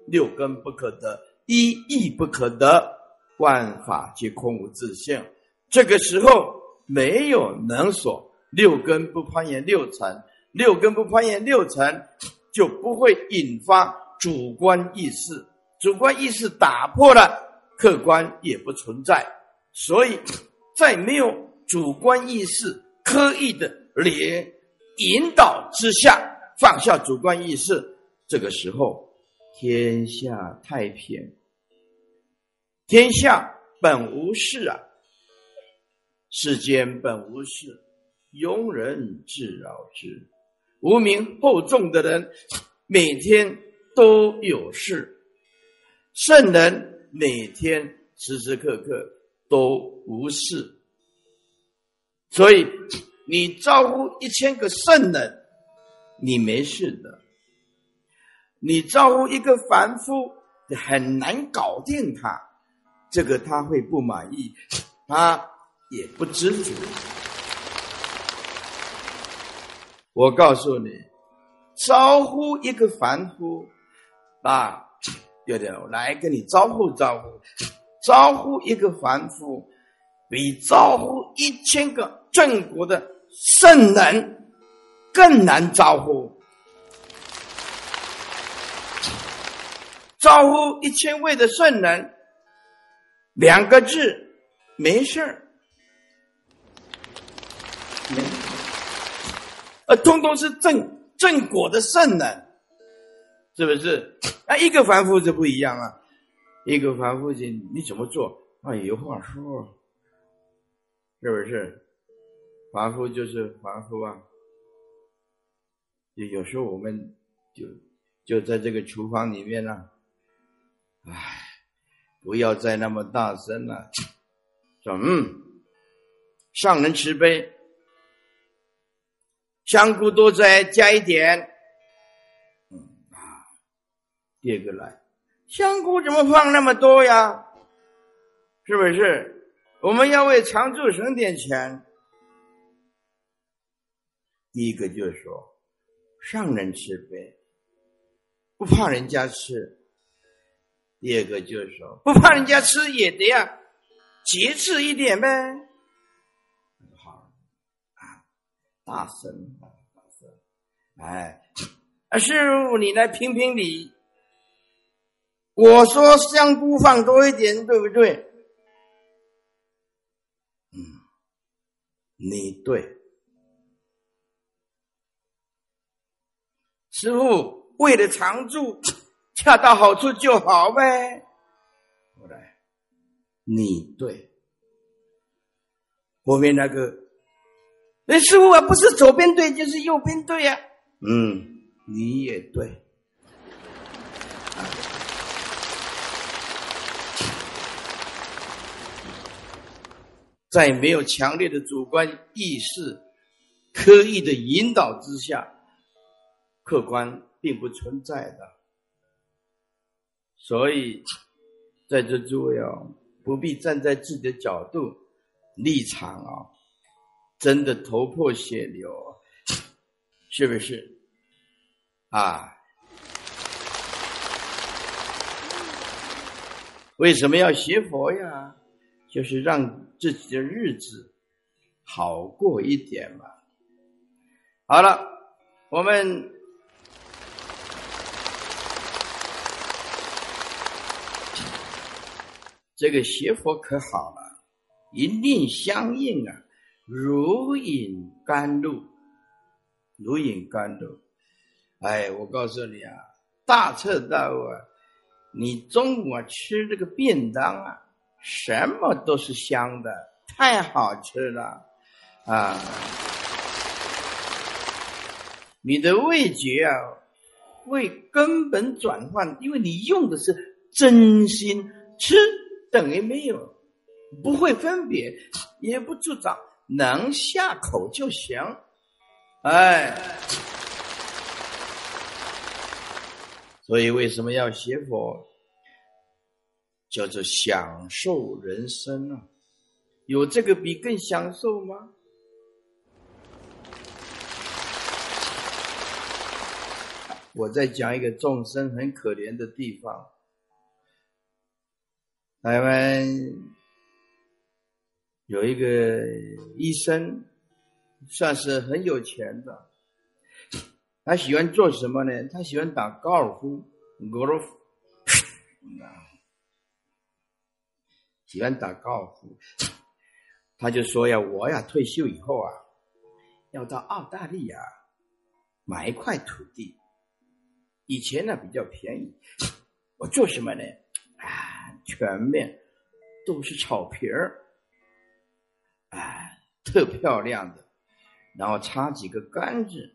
六根不可得，一义不可得，万法皆空无自性。这个时候没有能所，六根不攀缘六尘，六根不攀缘六尘，就不会引发主观意识，主观意识打破了，客观也不存在。所以在没有主观意识刻意的引导之下，放下主观意识，这个时候天下太平。天下本无事啊，世间本无事，庸人自扰之。无名厚重的人每天都有事，圣人每天时时刻刻都无事。所以你招呼1000个圣人，你没事的。你招呼一个凡夫，很难搞定他，这个他会不满意，他也不知足。我告诉你，招呼一个凡夫啊，有点来跟你招呼招呼，招呼一个凡夫比招呼1000个正果的圣人更难招呼。招呼1000位的圣人，2个字，没事儿，通通是正果的圣人，是不是？一个凡夫就不一样啊，一个凡夫你怎么做？有话说，是不是？凡夫就是凡夫啊。有时候我们就在这个厨房里面啊，不要再那么大声了。说上人慈悲，香菇多再加一点。第二个来，香菇怎么放那么多呀？是不是？我们要为常住省点钱。第一个就是说，上人慈悲，不怕人家吃。第二个就是说，不怕人家吃也得节制一点呗。好大声，师父你来评评理，我说香菇放多一点，对不对？你对。师父为了常住，恰到好处就好呗。后来你对。后面那个师父不是左边对就是右边对呀。你也对。在没有强烈的主观意识刻意的引导之下，客观并不存在的。所以在这诸位不必站在自己的角度立场真的头破血流，是不是为什么要学佛呀？就是让自己的日子好过一点嘛。好了，我们这个学佛可好了，一定相应如饮甘露，如饮甘露。我告诉你大彻大悟你中午吃这个便当什么都是香的，太好吃了你的味觉会根本转换，因为你用的是真心，吃等于没有，不会分别，也不助长，能下口就行。所以为什么要学佛？叫做享受人生有这个比更享受吗？ 我在讲一个众生很可怜的地方。台湾有一个医生，算是很有钱的。他喜欢做什么呢？他喜欢打高尔夫，喜欢打高尔夫。他就说呀，我呀退休以后啊，要到澳大利亚买一块土地。以前呢比较便宜，我做什么呢？全面都是草皮儿，特漂亮的，然后插几个杆子，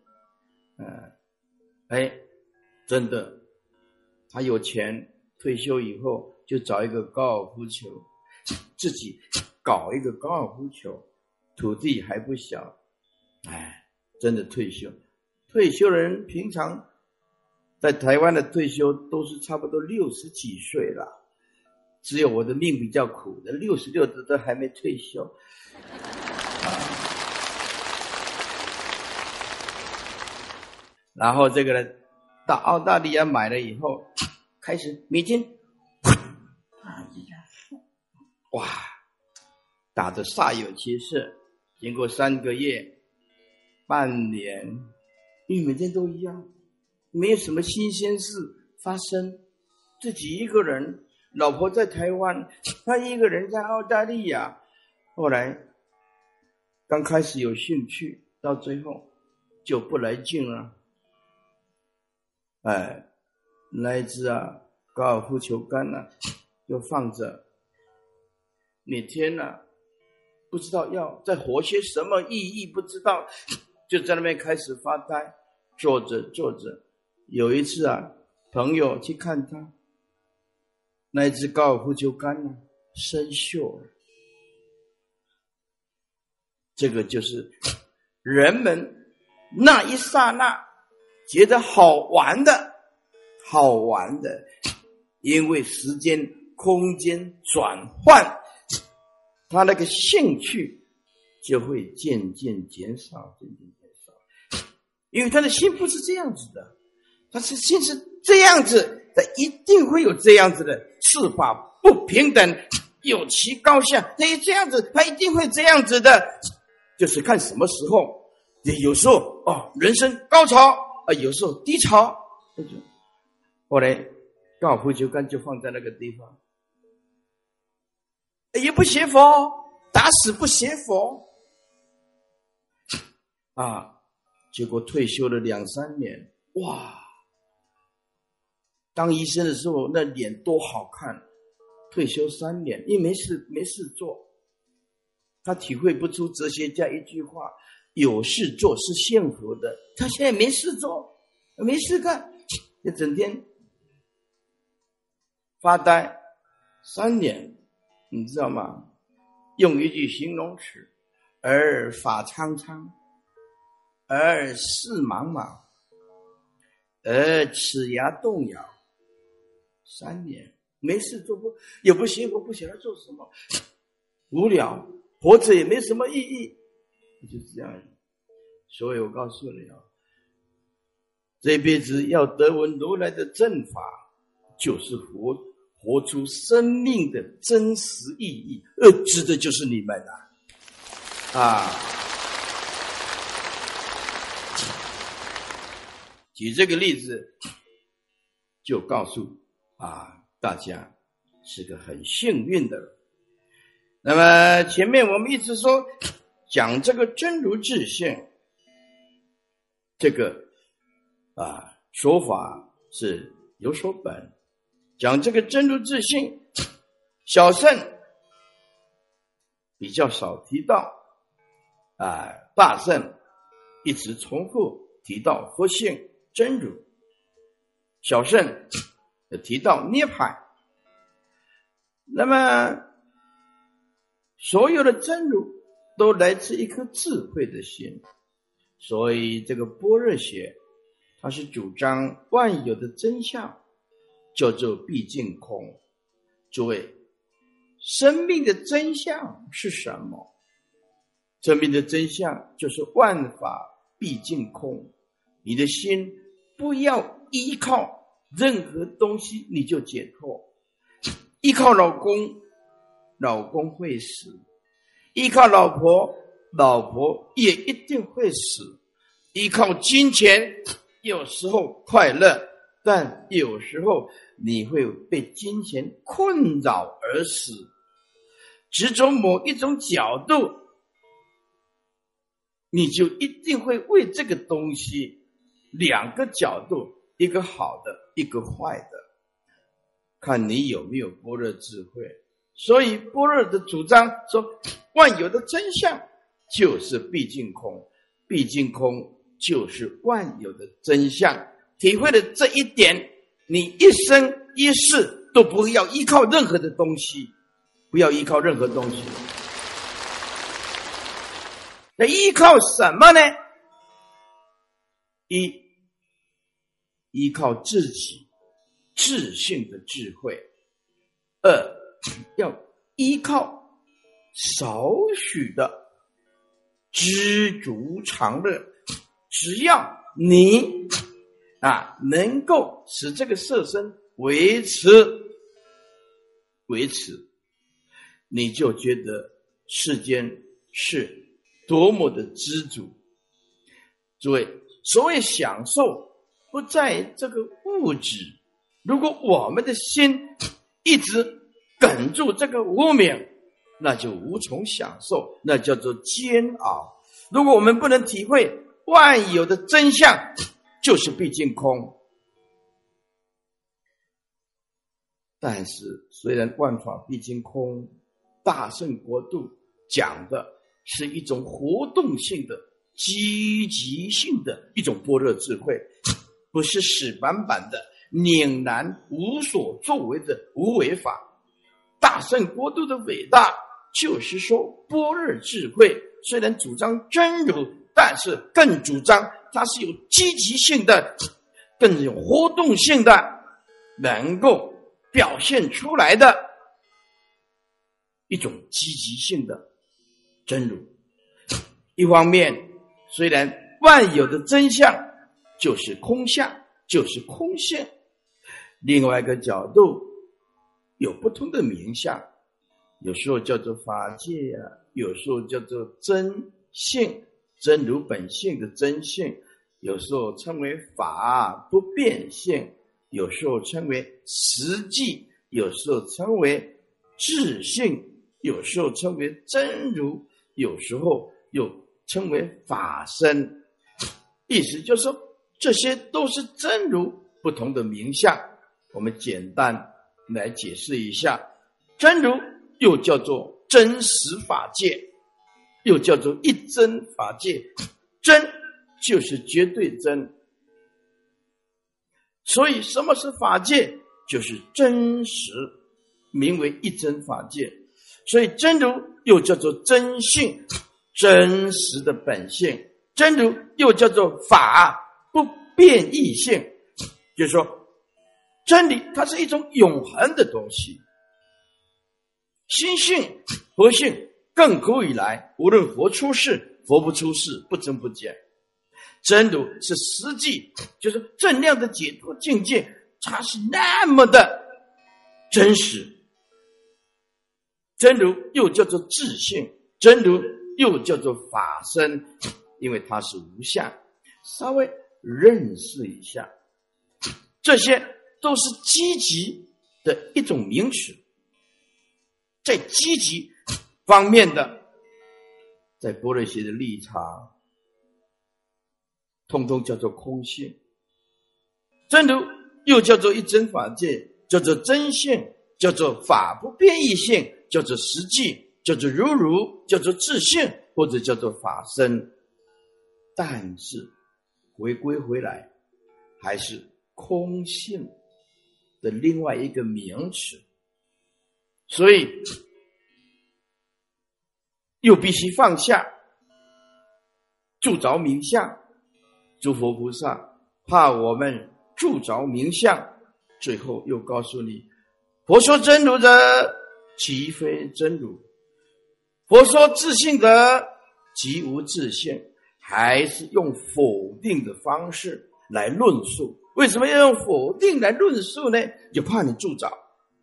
真的，他有钱，退休以后就找一个高尔夫球，自己搞一个高尔夫球，土地还不小，真的退休的人平常在台湾的退休都是差不多60几岁了。只有我的命比较苦的，66的都还没退休。然后这个人到澳大利亚买了以后，开始每天哇，打得煞有其事。经过3个月、半年，因为每天都一样，没有什么新鲜事发生，自己一个人。老婆在台湾，他一个人在澳大利亚。后来刚开始有兴趣，到最后就不来劲了。那一只高尔夫球杆就放着，每天不知道要再活些什么意义，不知道，就在那边开始发呆，坐着。有一次朋友去看他。那一只高尔夫球杆生锈了。这个就是人们那一刹那觉得好玩的，因为时间空间转换，他那个兴趣就会渐渐减少，因为他的心不是这样子的，他的心是这样子。一定会有这样子的事法不平等，有其高下，这样子他一定会这样子的，就是看什么时候，有时候人生高潮有时候低潮。后来高尔夫球杆就放在那个地方，也不学佛，打死不学佛结果退休了2、3年，哇！当医生的时候，那脸多好看。退休3年，因为没事做，他体会不出哲学家一句话：有事做是幸福的。他现在没事做，没事干，就整天发呆。3年，你知道吗？用一句形容词：耳发苍苍，耳视茫茫，齿牙动摇。3年没事做，也不学佛，不晓得做什么，无聊，活着也没什么意义，就这样。所以我告诉你这辈子要得闻如来的正法，就是活出生命的真实意义，指的就是你们举这个例子，就告诉大家是个很幸运的人。那么前面我们一直说讲这个真如自性，这个说法是有所本。讲这个真如自性，小乘比较少提到，大乘一直重复提到佛性真如，小乘提到涅槃。那么所有的真如都来自一颗智慧的心，所以这个般若学它是主张万有的真相叫做毕竟空。诸位，生命的真相是什么？生命的真相就是万法毕竟空。你的心不要依靠任何东西你就解脱。依靠老公，老公会死；依靠老婆，老婆也一定会死。依靠金钱，有时候快乐，但有时候你会被金钱困扰而死。执着某一种角度，你就一定会为这个东西两个角度，一个好的，一个坏的，看你有没有般若智慧。所以般若的主张说，万有的真相就是毕竟空，毕竟空就是万有的真相。体会了这一点，你一生一世都不要依靠任何的东西，不要依靠任何东西。那依靠什么呢？依靠自己自性的智慧；二，要依靠少许的知足常乐。只要你能够使这个色身维持，你就觉得世间是多么的知足。诸位，所谓享受不在这个物质，如果我们的心一直哽住这个无明，那就无从享受，那叫做煎熬。如果我们不能体会万有的真相，就是毕竟空。但是虽然万法毕竟空，大乘国度讲的是一种活动性的积极性的一种般若智慧，不是死板板的拧然无所作为的无为法。大乘国度的伟大就是说，般若智慧虽然主张真如，但是更主张它是有积极性的，更有活动性的，能够表现出来的一种积极性的真如。一方面，虽然万有的真相就是空相，就是空性，另外一个角度有不同的名相，有时候叫做法界有时候叫做真性，真如本性的真性，有时候称为法不变性，有时候称为实际，有时候称为智性，有时候称为真如，有时候又称为法身。意思就是说，这些都是真如不同的名相。我们简单来解释一下，真如又叫做真实法界，又叫做一真法界。真就是绝对真，所以什么是法界？就是真实，名为一真法界。所以真如又叫做真性，真实的本性。真如又叫做法不变异性，就是说真理它是一种永恒的东西。心性佛性亘古以来，无论佛出世佛不出世，不增不减。真如是实际，就是正量的解脱境界，它是那么的真实。真如又叫做自性，真如又叫做法身，因为它是无相。稍微认识一下，这些都是积极的一种名词。在积极方面的，在般若学的立场，通通叫做空性。真如又叫做一真法界，叫做真性，叫做法不变异性，叫做实际，叫做如，叫做自性，或者叫做法身。但是回归回来，还是空性的另外一个名词。所以又必须放下铸着名相。诸佛菩萨怕我们铸着名相，最后又告诉你，佛说真如者即非真如，佛说自性者即无自性，还是用否定的方式来论述。为什么要用否定来论述呢？就怕你助长。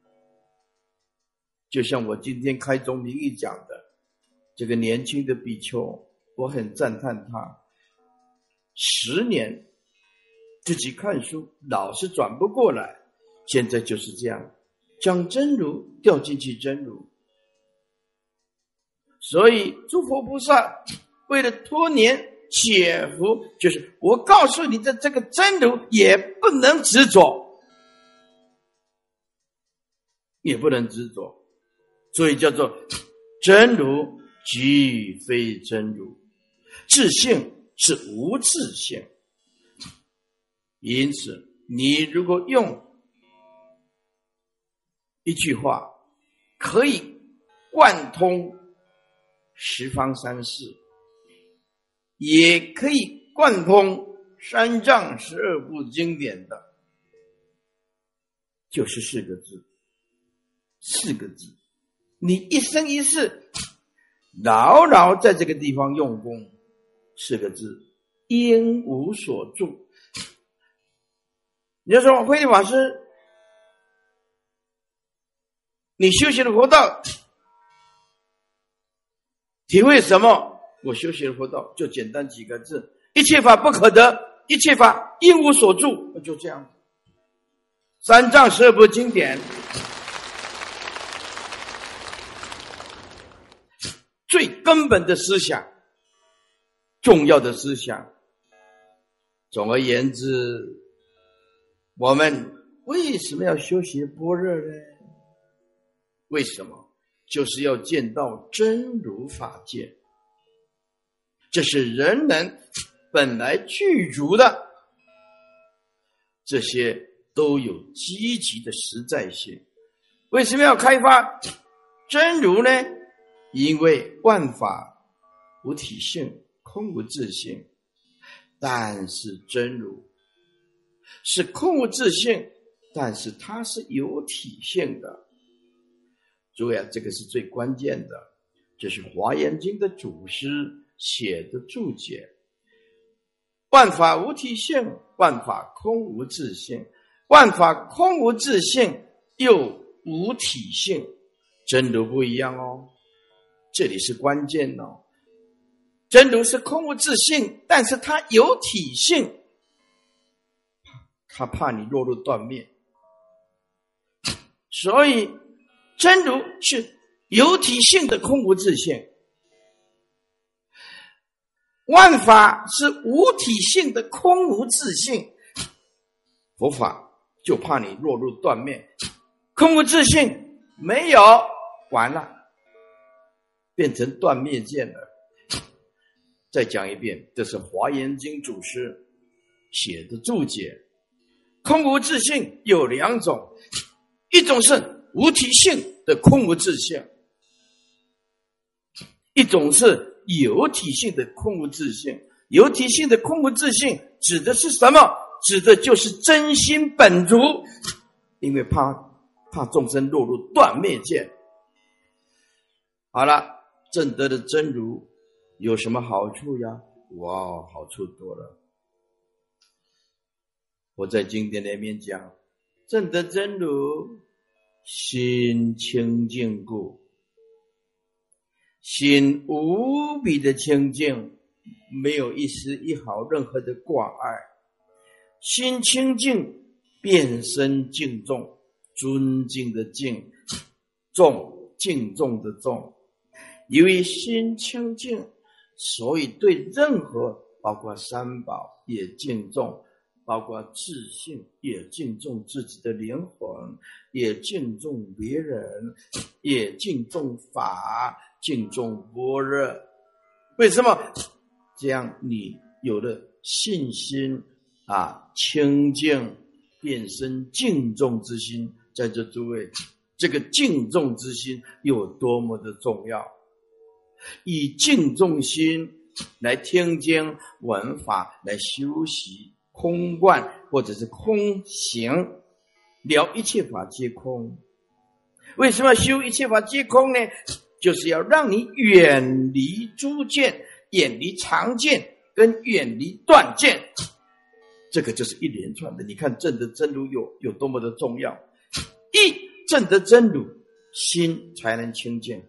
就像我今天开宗明义讲的，这个年轻的比丘，我很赞叹他10年自己看书老是转不过来，现在就是这样，讲真如掉进去真如。所以诸佛菩萨为了拖年解福，就是我告诉你的这个真如也不能执着，也不能执着，所以叫做真如即非真如，自性是无自性。因此你如果用一句话可以贯通十方三世，也可以贯通三藏12部经典的，就是4个字，4个字。你一生一世牢牢在这个地方用功，4个字，应无所住。你就说慧律法师，你修习的佛道体会什么？我修习的佛道就简单几个字：一切法不可得，一切法应无所住。就这样。三藏12部经典最根本的思想，重要的思想。总而言之，我们为什么要修习般若呢？为什么？就是要见到真如法界，这是人人本来具足的，这些都有积极的实在性。为什么要开发真如呢？因为万法无体性，空无自性，但是真如是空无自性，但是它是有体性的。诸位啊，这个是最关键的，这是华严经的祖师写的注解。万法无体性，万法空无自性，万法空无自性又无体性，真如不一样哦，这里是关键哦。真如是空无自性，但是它有体性，他怕你落入断灭，所以真如是有体性的空无自性，万法是无体性的空无自性，佛法就怕你落入断灭，空无自性没有，完了，变成断灭见了。再讲一遍，这是华严经祖师写的注解。空无自性有2种，一种是无体性的空无自性，一种是有体性的空无自性。有体性的空无自性指的是什么？指的就是真心本足，因为怕众生落入断灭见。好了，证得的真如有什么好处呀？哇，好处多了。我在经典里面讲，证得真如，心清净故，心无比的清净，没有一丝一毫任何的挂碍，心清净，遍身敬重，尊敬的敬，重敬重的重。由于心清净，所以对任何包括三宝也敬重，包括自性也敬重自己的灵魂，也敬重别人，也敬重法，敬重般若。为什么？这样你有了信心清净变身敬重之心。在这诸位，这个敬重之心有多么的重要，以敬重心来听经闻法，来修习空观或者是空行，了一切法皆空。为什么修一切法皆空呢？就是要让你远离诸见，远离常见跟远离断见。 这个就是一连串的。你看证得真如有多么的重要。一证得真如，心才能清净，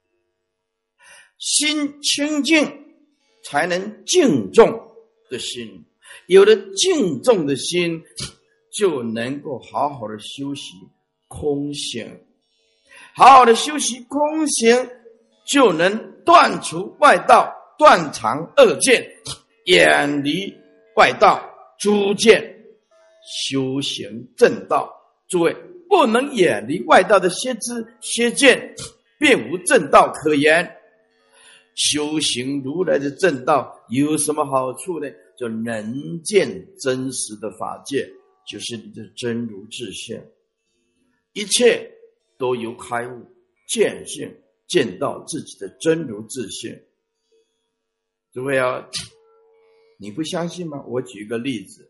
心清净才能敬重的心，有了敬重的心，就能够好好的修习空行，好好的修习空行，就能断除外道，断常恶见，远离外道诸见，修行正道。诸位，不能远离外道的邪知邪见，便无正道可言。修行如来的正道有什么好处呢？就能见真实的法界，就是你的真如自性，一切都由开悟见性，见到自己的真如自性。诸位啊，你不相信吗？我举个例子，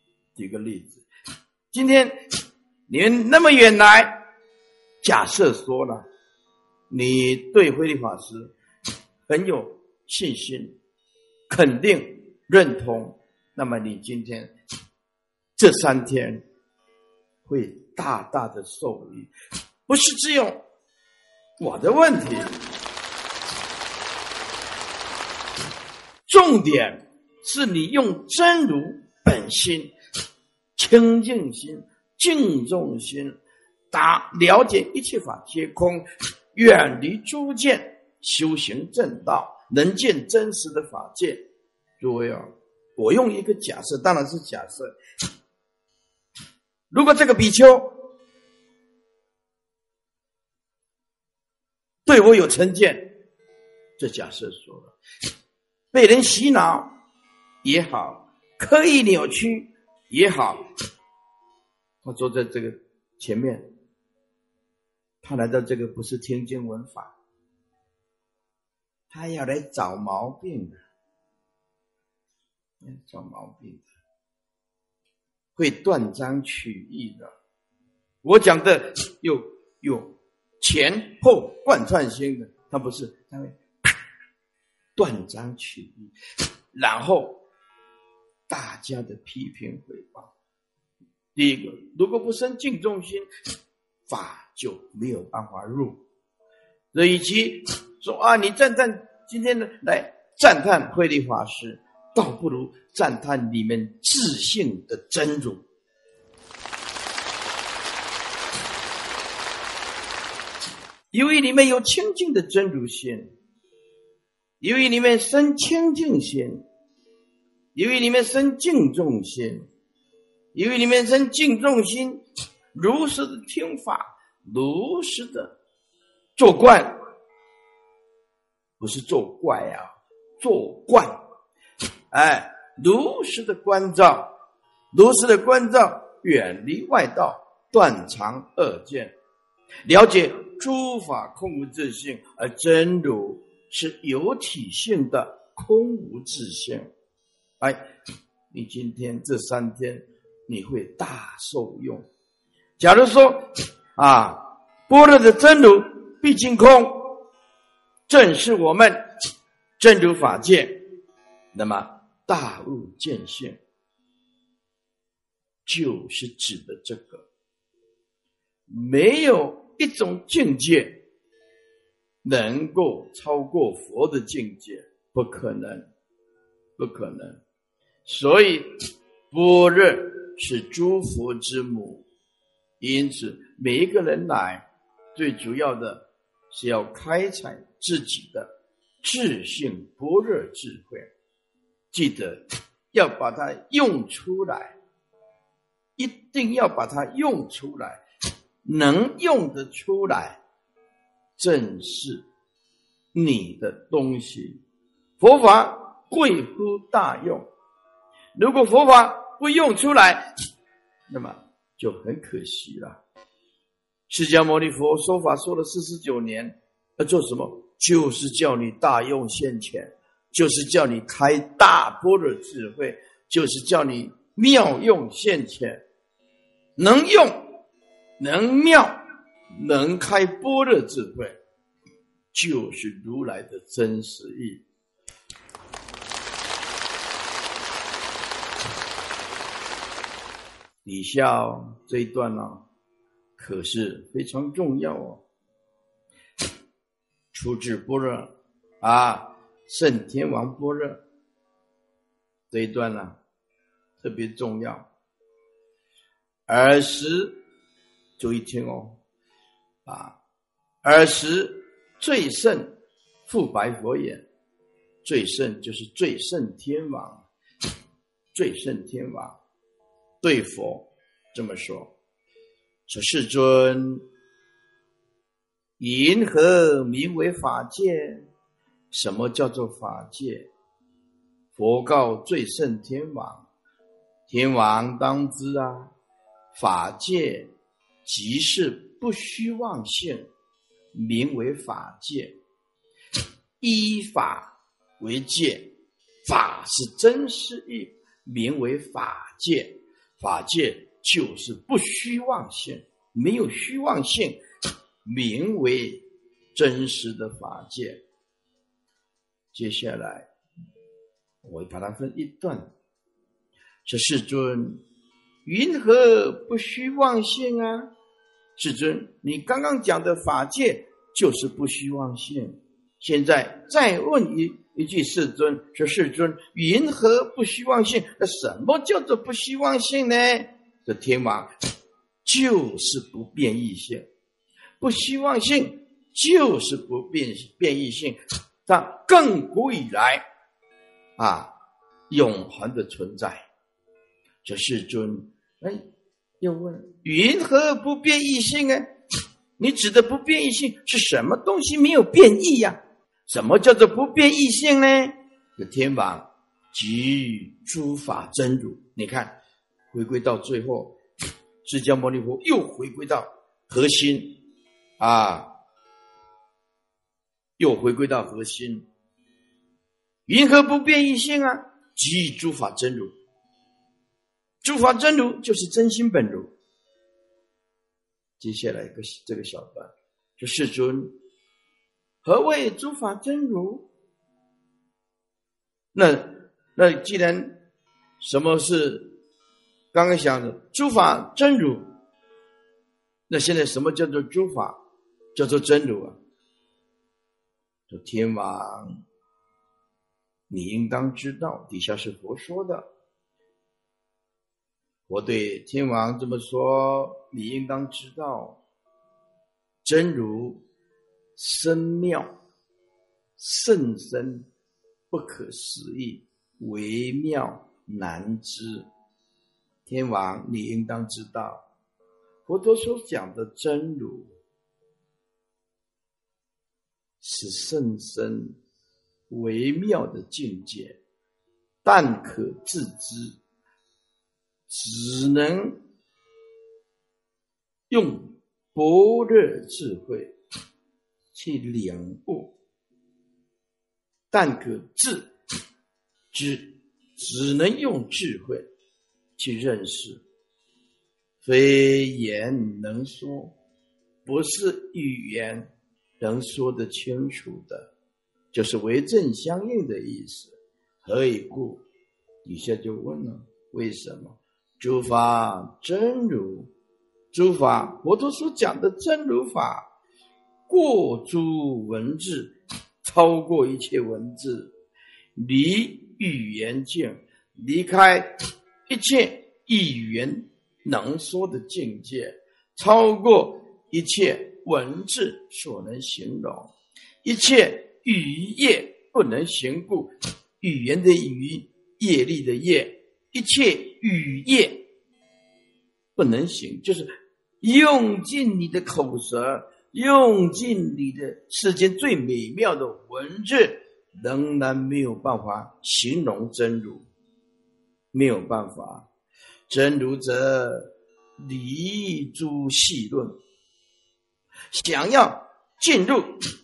今天你们那么远来，假设说了，你对慧律法师很有信心，肯定认同，那么你今天这3天会大大的受益。不是只有我的问题，重点是你用真如本心、清净心、敬重心，了解一切法皆空，远离诸见，修行正道，能见真实的法界。诸位啊，我用一个假设，当然是假设，如果这个比丘对我有成见，这假设说了，被人洗脑也好，刻意扭曲也好，他坐在这个前面，他来到这个不是听经闻法，他要来找毛病的，会断章取义的。我讲的有前后贯穿性的，他不是，他会断章取义，然后大家的批评诽谤。第一个，如果不生敬重心，法就没有办法入。所以其说啊，你今天来赞叹慧律法师，倒不如赞叹你们自性的真如。由于你们有清净的真如心，由于你们生清净心，由于你们生敬重心，由于你们生敬重心，如实的听法，如实的做观，不是做怪啊，做观，如实的关照，远离外道，断常恶见，了解诸法空无自性，而真如是有体性的空无自性。你今天这3天你会大受用。假如说般若的真如毕竟空，正是我们真如法界，那么大悟见性就是指的这个。没有一种境界能够超过佛的境界，不可能。所以般若是诸佛之母，因此每一个人来，最主要的是要开采自己的自性般若智慧，记得要把它用出来，一定要把它用出来，能用得出来，正是你的东西。佛法贵乎大用，如果佛法不用出来，那么就很可惜了。释迦牟尼佛说法说了49年，要做什么？就是叫你大用现前，就是叫你开大般若智慧，就是叫你妙用现前，能用能妙能开般若智慧，就是如来的真实意。 底下这一段可是非常重要出自般若圣天王般若这一段特别重要。尔时注意听尔时最胜复白佛言，最胜就是最胜天王，最胜天王对佛这么说，说世尊，云何名为法界？什么叫做法界？佛告最胜天王，天王当知法界即是不虚妄性，名为法界。依法为界，法是真实义，名为法界。法界就是不虚妄性，没有虚妄性，名为真实的法界。接下来我会把它分一段，说世尊，云何不虚妄性世尊，你刚刚讲的法界就是不虚妄性，现在再问一句世尊，说世尊，云何不虚妄性？那什么叫做不虚妄性呢？这天王就是不变异性，不虚妄性就是不变异性，它亘古以来永恒的存在。这世尊又问，云何不变异性呢？你指的不变异性是什么东西没有变异什么叫做不变异性呢？这天王即诸法真如。你看回归到最后，释迦牟尼佛又回归到核心又回归到核心。云何不变异性即诸法真如。诸法真如就是真心本如。接下来这个小段，就世尊，何谓诸法真如？那既然什么是刚刚讲的诸法真如，那现在什么叫做诸法叫做真如说天王，你应当知道，底下是佛说的，我对天王这么说，你应当知道，真如深妙甚深不可思议，微妙难知。天王你应当知道，佛陀所讲的真如是甚深微妙的境界，但可自知，只能用般若智慧去领悟，但可自知，只能用智慧去认识，非言能说，不是语言能说得清楚的，就是为正相应的意思。何以故？底下就问了，为什么？诸法真如，诸法佛陀所讲的真如法，过诸文字，超过一切文字，离语言境，离开一切语言能说的境界，超过一切文字所能形容，一切语业不能形故，语言的语，业力的业，一切语业不能行，就是用尽你的口舌，用尽你的世间最美妙的文字，仍然没有办法形容真如，没有办法。真如者离诸细论，想要进入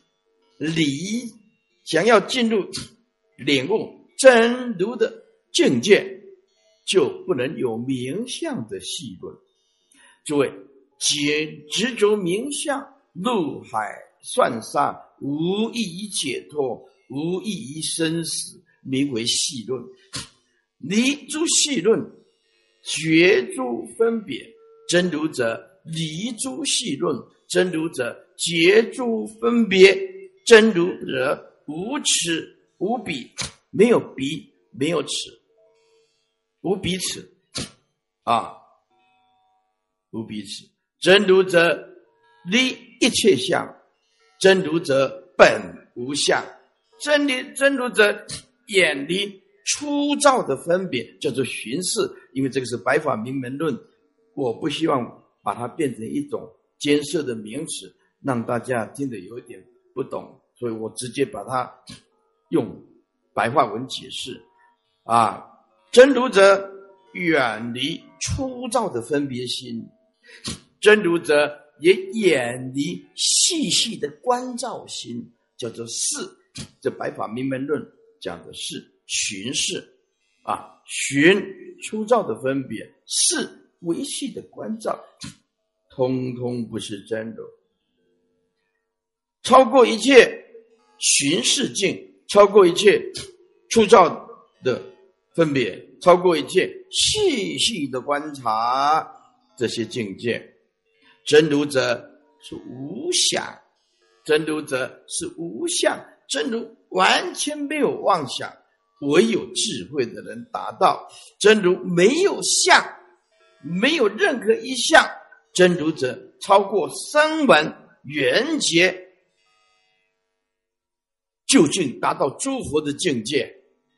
领悟真如的境界，就不能有名相的细论。诸位，执着名相，入海算沙，无益于解脱，无益于生死，名为细论。离诸细论， 觉诸分别，真如者离诸细论，真如者觉诸分别，真如者无耻无彼，没有彼，没有耻，无彼此啊，无彼此。真如者离一切相，真如者本无相，真如者远离粗糙的分别，叫做寻事。因为这个是白法明门论，我不希望把它变成一种艰涩的名词，让大家听得有一点不懂，所以我直接把它用白话文解释啊。真如者远离粗糙的分别心，真如者也远离细细的关照心，叫做事。这白法明门论讲的是寻事啊，寻粗糙的分别，事微细的关照，通通不是真如。超过一切寻事境，超过一切粗糙的分别，超过一切细细的观察这些境界。真如者是无想，真如者是无相，真如完全没有妄想，唯有智慧的人达到。真如没有相，没有任何一相，真如者超过声闻缘觉，究竟达到诸佛的境界。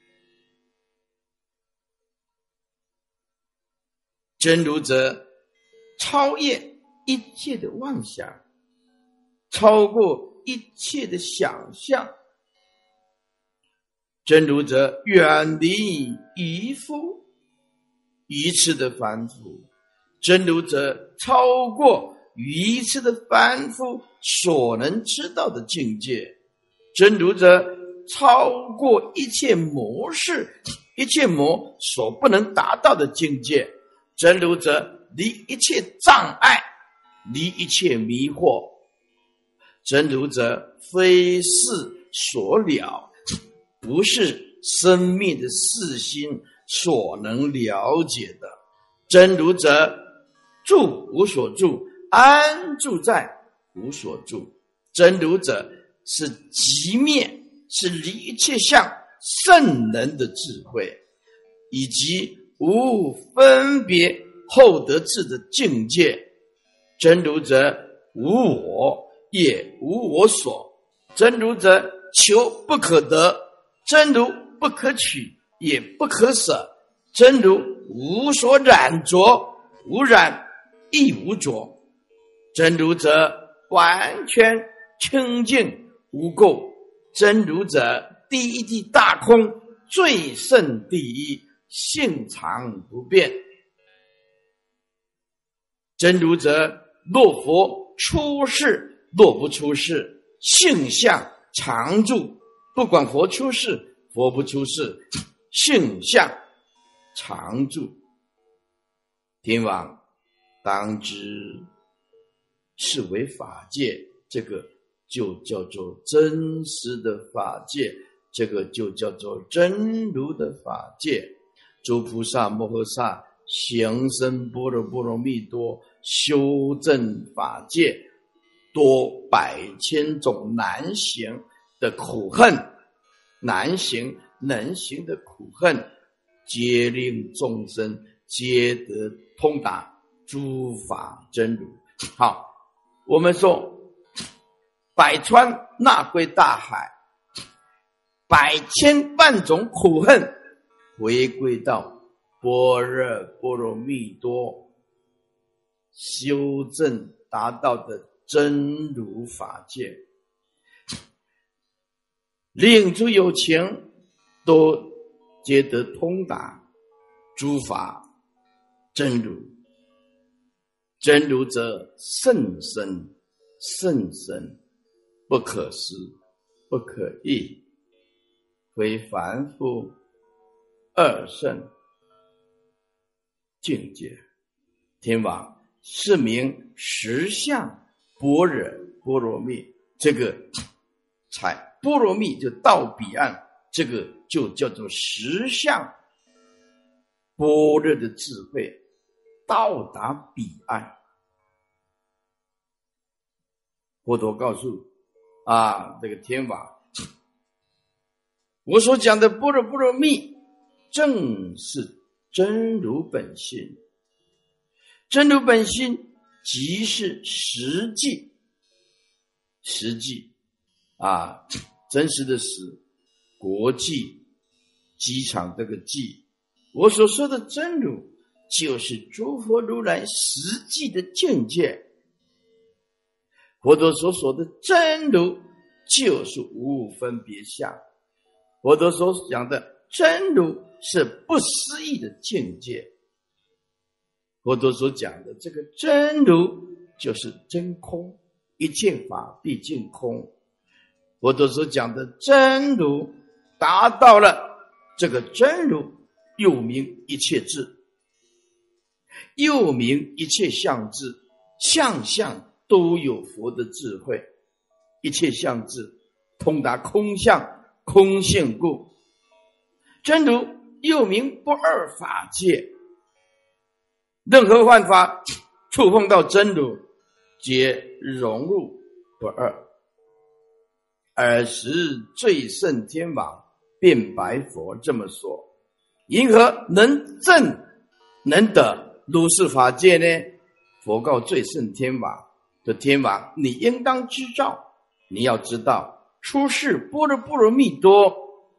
真如者超越一切的妄想，超过一切的想象。真如者远离愚夫愚痴的凡夫，真如者超过愚痴的凡夫所能知道的境界。真如者超过一切魔事，一切魔所不能达到的境界。真如者离一切障碍，离一切迷惑。真如者非事所了，不是生命的事心所能了解的。真如者住无所住，安住在无所住。真如者是极灭，是离一切相圣人的智慧，以及无分别后得智的境界。真如者无我，也无我所。真如者求不可得，真如不可取，也不可舍。真如无所染着，无染亦无着。真如者完全清净无垢。真如者第一地大空，最胜第一，性常不变。真如者若佛出世，若不出世，性相常住。不管佛出世佛不出世，性相常住。天王当知是为法界，这个就叫做真实的法界，这个就叫做真如的法界。诸菩萨摩诃萨行深般若波罗蜜多，修正法界，多百千种难行的苦恨，难行能行的苦恨，皆令众生皆得通达诸法真如。好，我们说百川纳归大海，百千万种苦恨回归到般若波罗蜜多，修正达到的真如法界，令诸有情都皆得通达诸法真如。真如者甚深甚深，不可思不可议，非凡夫二圣境界。天王是名实相般若波罗蜜，这个才波罗蜜就到彼岸，这个就叫做实相般若的智慧到达彼岸。佛陀告诉这个天王，我所讲的般若波罗蜜正是真如本性，真如本性即是实际真实的实，国际机场这个际，我所说的真如就是诸佛如来实际的境界。佛陀所说的真如就是无分别相，佛陀所讲的真如是不思议的境界。佛陀所讲的这个真如就是真空，一切法毕竟空。佛陀所讲的真如达到了这个真如，又名一切智，又名一切相智，相都有佛的智慧，一切相智通达空相，空性故。真如又名不二法界，任何幻法触碰到真如，皆融入不二。尔时最胜天王便白佛这么说：因何能证能得如是法界呢？佛告最胜天王，这天王，你应当知道，你要知道出世般若波罗蜜多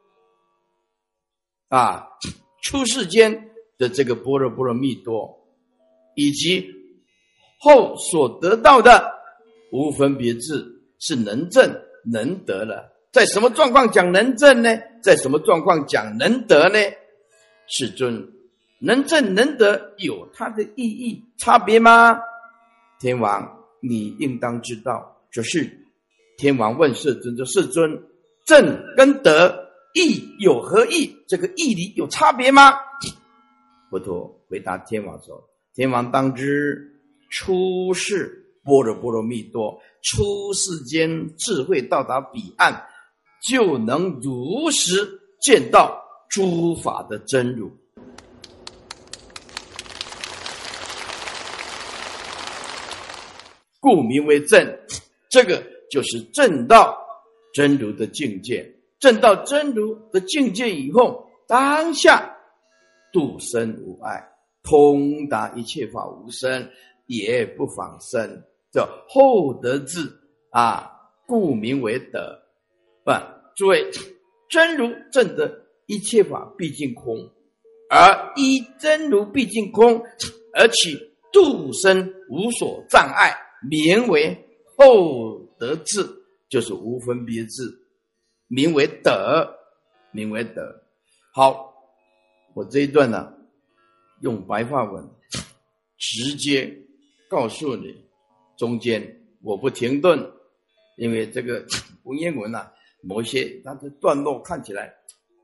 出世间的这个般若波罗蜜多，以及后所得到的无分别智是能证能得了。在什么状况讲能证呢？在什么状况讲能得呢？世尊，能证能得有它的意义差别吗？天王，你应当知道。就是天王问世尊，世尊，正跟得义有何异？这个义理有差别吗？佛陀回答天王说：天王当知，出世般若波罗蜜多，出世间智慧到达彼岸，就能如实见到诸法的真如。故名为证，这个就是证到真如的境界。证到真如的境界以后，当下度生无碍，通达一切法无生，也不妨生，这后得智故名为得。诸位，真如证得一切法毕竟空，而依真如毕竟空而起度生无所障碍，名为后得智，就是无分别智，名为得，名为得。好，我这一段呢，用白话文直接告诉你，中间我不停顿，因为这个文言文某些它的段落看起来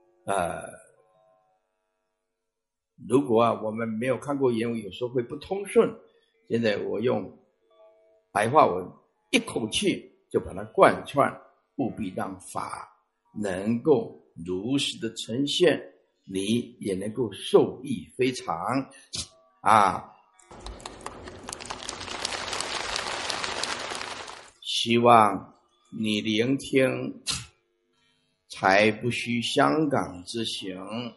如果我们没有看过原文，有时候会不通顺。现在我用白话文一口气就把它贯穿，务必让法能够如实的呈现，你也能够受益非常希望你聆听，才不虚香港之行。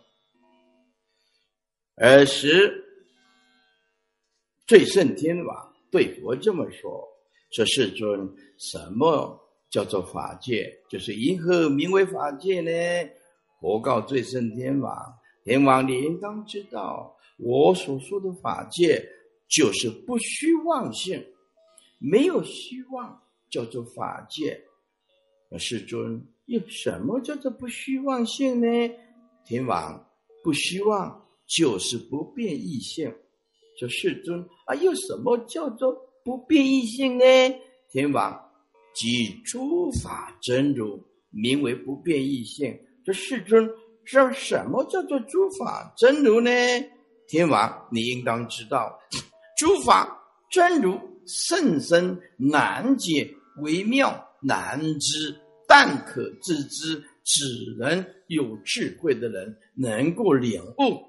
尔时最胜天王对佛这么说：这世尊，什么叫做法界？就是因何名为法界呢？佛告最胜天王：天王，你应当知道，我所说的法界就是不虚妄性，没有虚妄叫做法界。世尊，有什么叫做不虚妄性呢？天王，不虚妄就是不变异性。说世尊有什么叫做不变异性呢？天王，即诸法真如，名为不变异性。这世尊，知道什么叫做诸法真如呢？天王，你应当知道，诸法真如甚深难解，微妙难知，但可知之，只人有智慧的人能够领悟。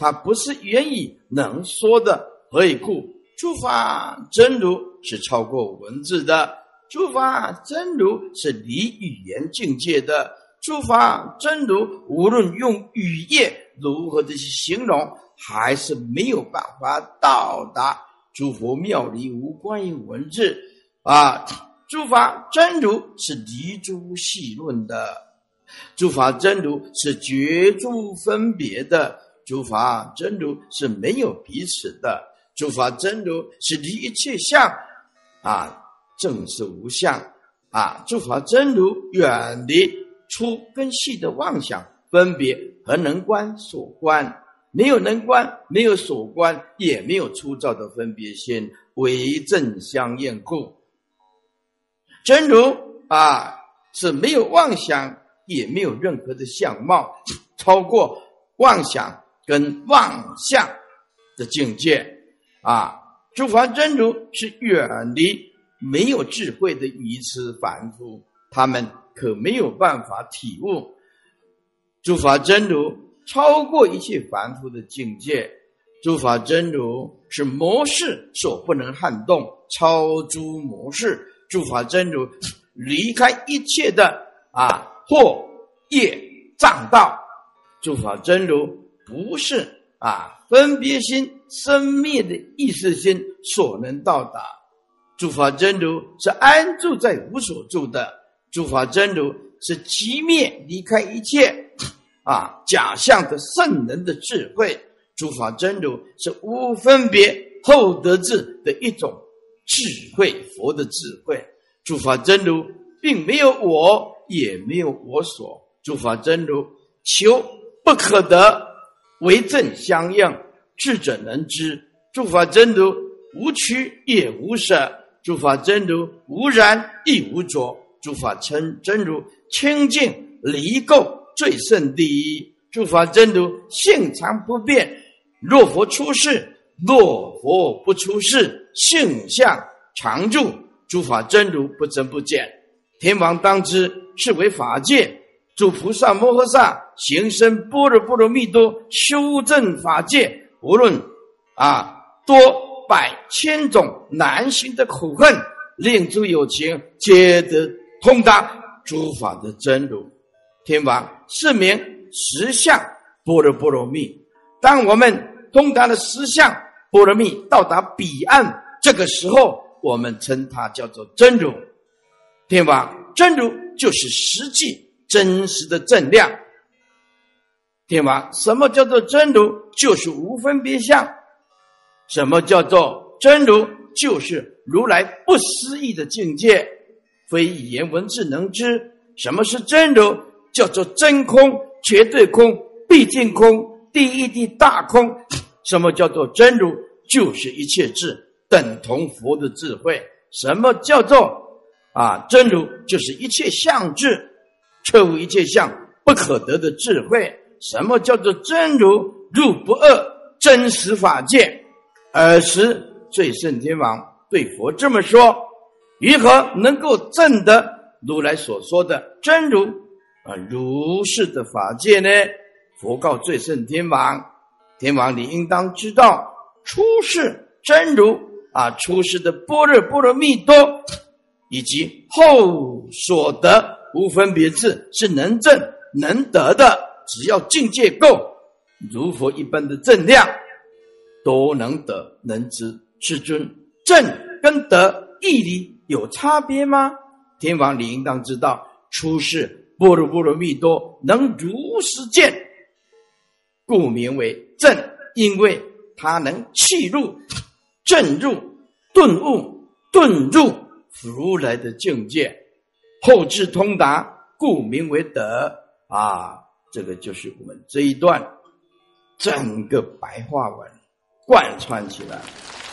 它不是言语能说的。何以故？诸法真如是超过文字的，诸法真如是离语言境界的，诸法真如无论用语言如何的去形容，还是没有办法到达诸佛妙理无关于文字啊！诸法真如是离诸细论的，诸法真如是绝诸分别的，诸法真如是没有彼此的，诸法真如是离一切相正是无相诸法真如远离粗跟细的妄想分别和能观所观，没有能观，没有所观，也没有粗糙的分别心，为正相应故。真如是没有妄想，也没有任何的相貌，超过妄想跟妄相的境界诸法真如是远离没有智慧的愚痴凡夫，他们可没有办法体悟。诸法真如超过一切凡夫的境界，诸法真如是魔事所不能撼动，超诸魔事。诸法真如离开一切的惑业障道，诸法真如不是分别心生灭的意识心所能到达，诸法真如是安住在无所住的，诸法真如是寂灭离开一切假象的圣人的智慧，诸法真如是无分别后得智的一种智慧，佛的智慧。诸法真如并没有我，也没有我所，诸法真如求不可得，为正相应，智者能知。诸法真如无取也无舍，诸法真如无染亦无着，诸法真如清净离垢最胜第一，诸法真如性常不变，若佛出世，若佛不出世，性相常住，诸法真如不增不减。天王当知，是为法界，诸菩萨摩诃萨行深般若波罗蜜多修正法界，无论多百千种难行的苦恨，令诸有情皆得通达诸法的真如。天王是名实相般若波罗蜜。当我们通达了实相般若蜜，到达彼岸，这个时候我们称它叫做真如。天王真如就是实际真实的正量。天王什么叫做真如？就是无分别相。什么叫做真如？就是如来不思议的境界，非语言文字能知。什么是真如？叫做真空、绝对空、毕竟空、第一地大空。什么叫做真如？就是一切智等同佛的智慧。什么叫做真如？就是一切相智，彻悟一切相不可得的智慧。什么叫做真如？入不二真实法界。尔时最胜天王对佛这么说：于何能够证得如来所说的真如如是的法界呢？佛告最胜天王：天王你应当知道，出世真如出世的般若波罗蜜多，以及后所得无分别智，是能证能得的。只要境界够，如佛一般的正量，都能得能知。世尊，正跟得义理有差别吗？天王你应当知道，出世般若波罗蜜多能如实见，故名为正，因为它能契入、正入、顿悟、顿入如来的境界，后至通达，故名为得这个就是我们这一段整个白话文贯穿起来。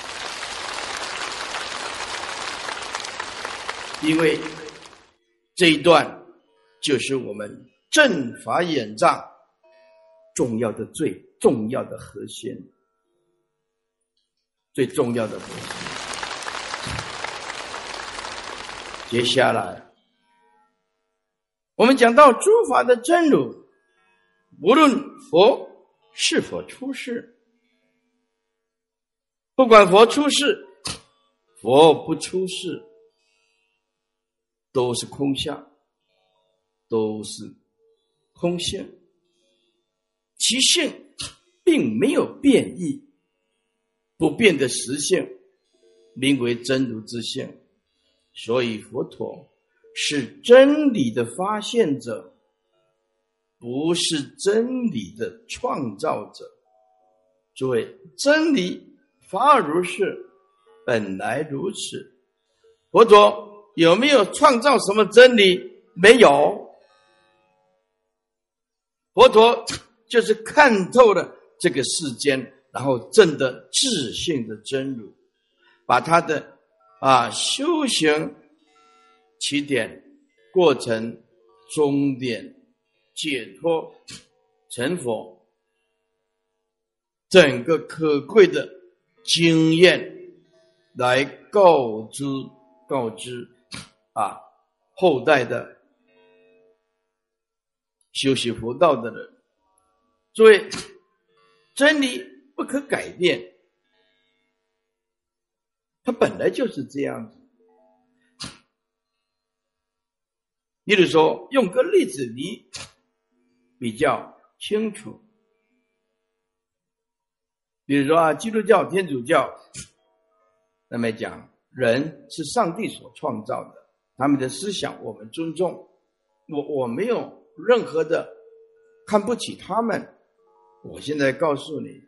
因为这一段就是我们正法眼藏最重要的核心，最重要的核心。接下来我们讲到诸法的真如，无论佛是否出世？不管佛出世，佛不出世，都是空相，都是空性，其性并没有变异，不变的实性名为真如之性。所以佛陀是真理的发现者，不是真理的创造者。诸位，真理法尔如是，本来如此。佛陀有没有创造什么真理？没有。佛陀就是看透了这个世间，然后证得自性的真如，把他的修行起点、过程、终点、解脱、成佛，整个可贵的经验来告知后代的修习佛道的人。所以真理不可改变，它本来就是这样子。例如说，用个例子你比较清楚。比如说基督教、天主教，那么讲人是上帝所创造的，他们的思想我们尊重，我没有任何的看不起他们。我现在告诉你，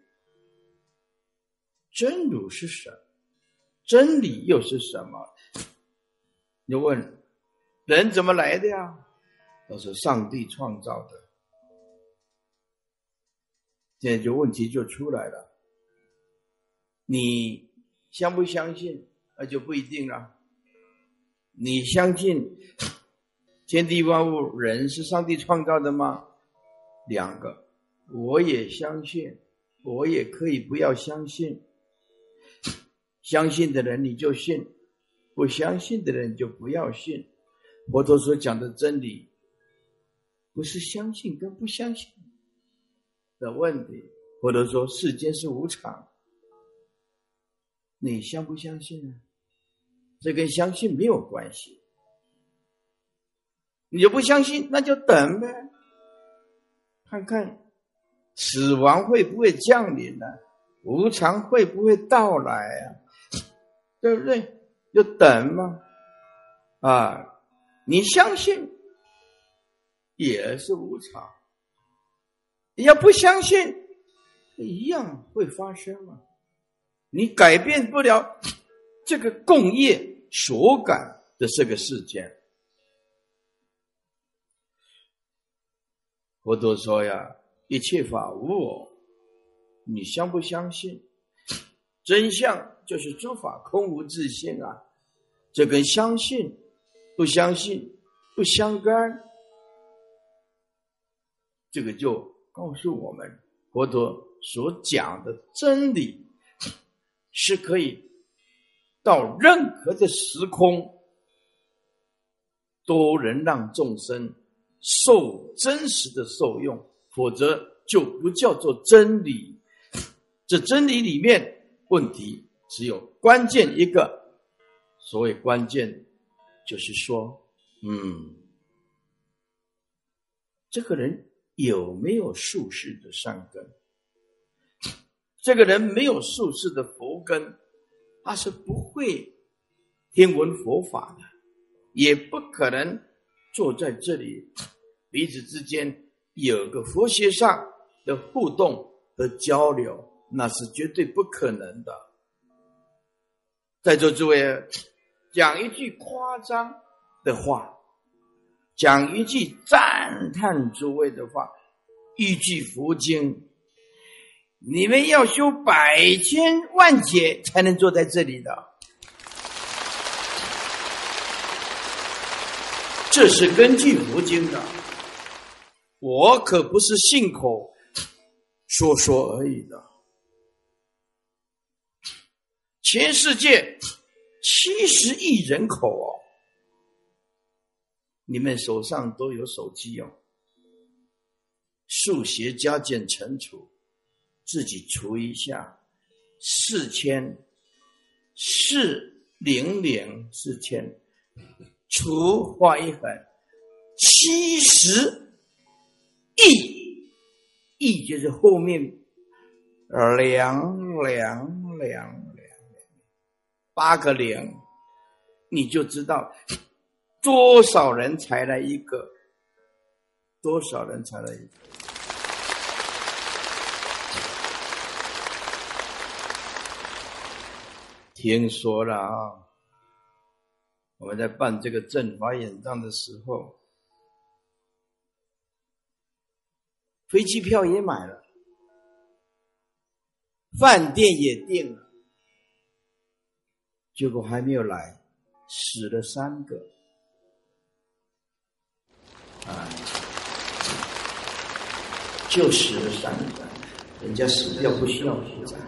真如是什么？真理又是什么？你问人怎么来的呀？都是上帝创造的。现在就问题就出来了，你相不相信？那就不一定了。你相信天地万物人是上帝创造的吗？两个，我也相信，我也可以不要相信。相信的人你就信，不相信的人就不要信。佛陀所讲的真理不是相信跟不相信的问题。佛陀说世间是无常，你相不相信呢？这跟相信没有关系。你就不相信，那就等呗，看看死亡会不会降临呢？无常会不会到来啊？对不对？就等嘛。你相信也是无常，你要不相信一样会发生嘛。你改变不了这个共业所感的这个世间。佛陀说呀，一切法无我，你相不相信？真相就是诸法空无自性啊，这跟相信不相信不相干。这个就告诉我们，佛陀所讲的真理是可以到任何的时空都能让众生受真实的受用，否则就不叫做真理。这真理里面问题只有关键一个，所谓关键就是说这个人有没有宿世的善根？这个人没有宿世的佛根，他是不会听闻佛法的，也不可能坐在这里彼此之间有个佛学上的互动和交流，那是绝对不可能的。在座诸位，讲一句夸张的话，讲一句赞叹诸位的话，一句佛经，你们要修百千万劫才能坐在这里的，这是根据佛经的，我可不是信口说说而已的。全世界70亿人口哦，你们手上都有手机哦，数学加减乘除自己除一下，4000除画一横，70亿就是后面8个零，你就知道多少人才来一个，听说了啊，我们在办这个正法演唱的时候，飞机票也买了，饭店也订了，结果还没有来，死了3个。就死了3个，人家死掉不需要负责。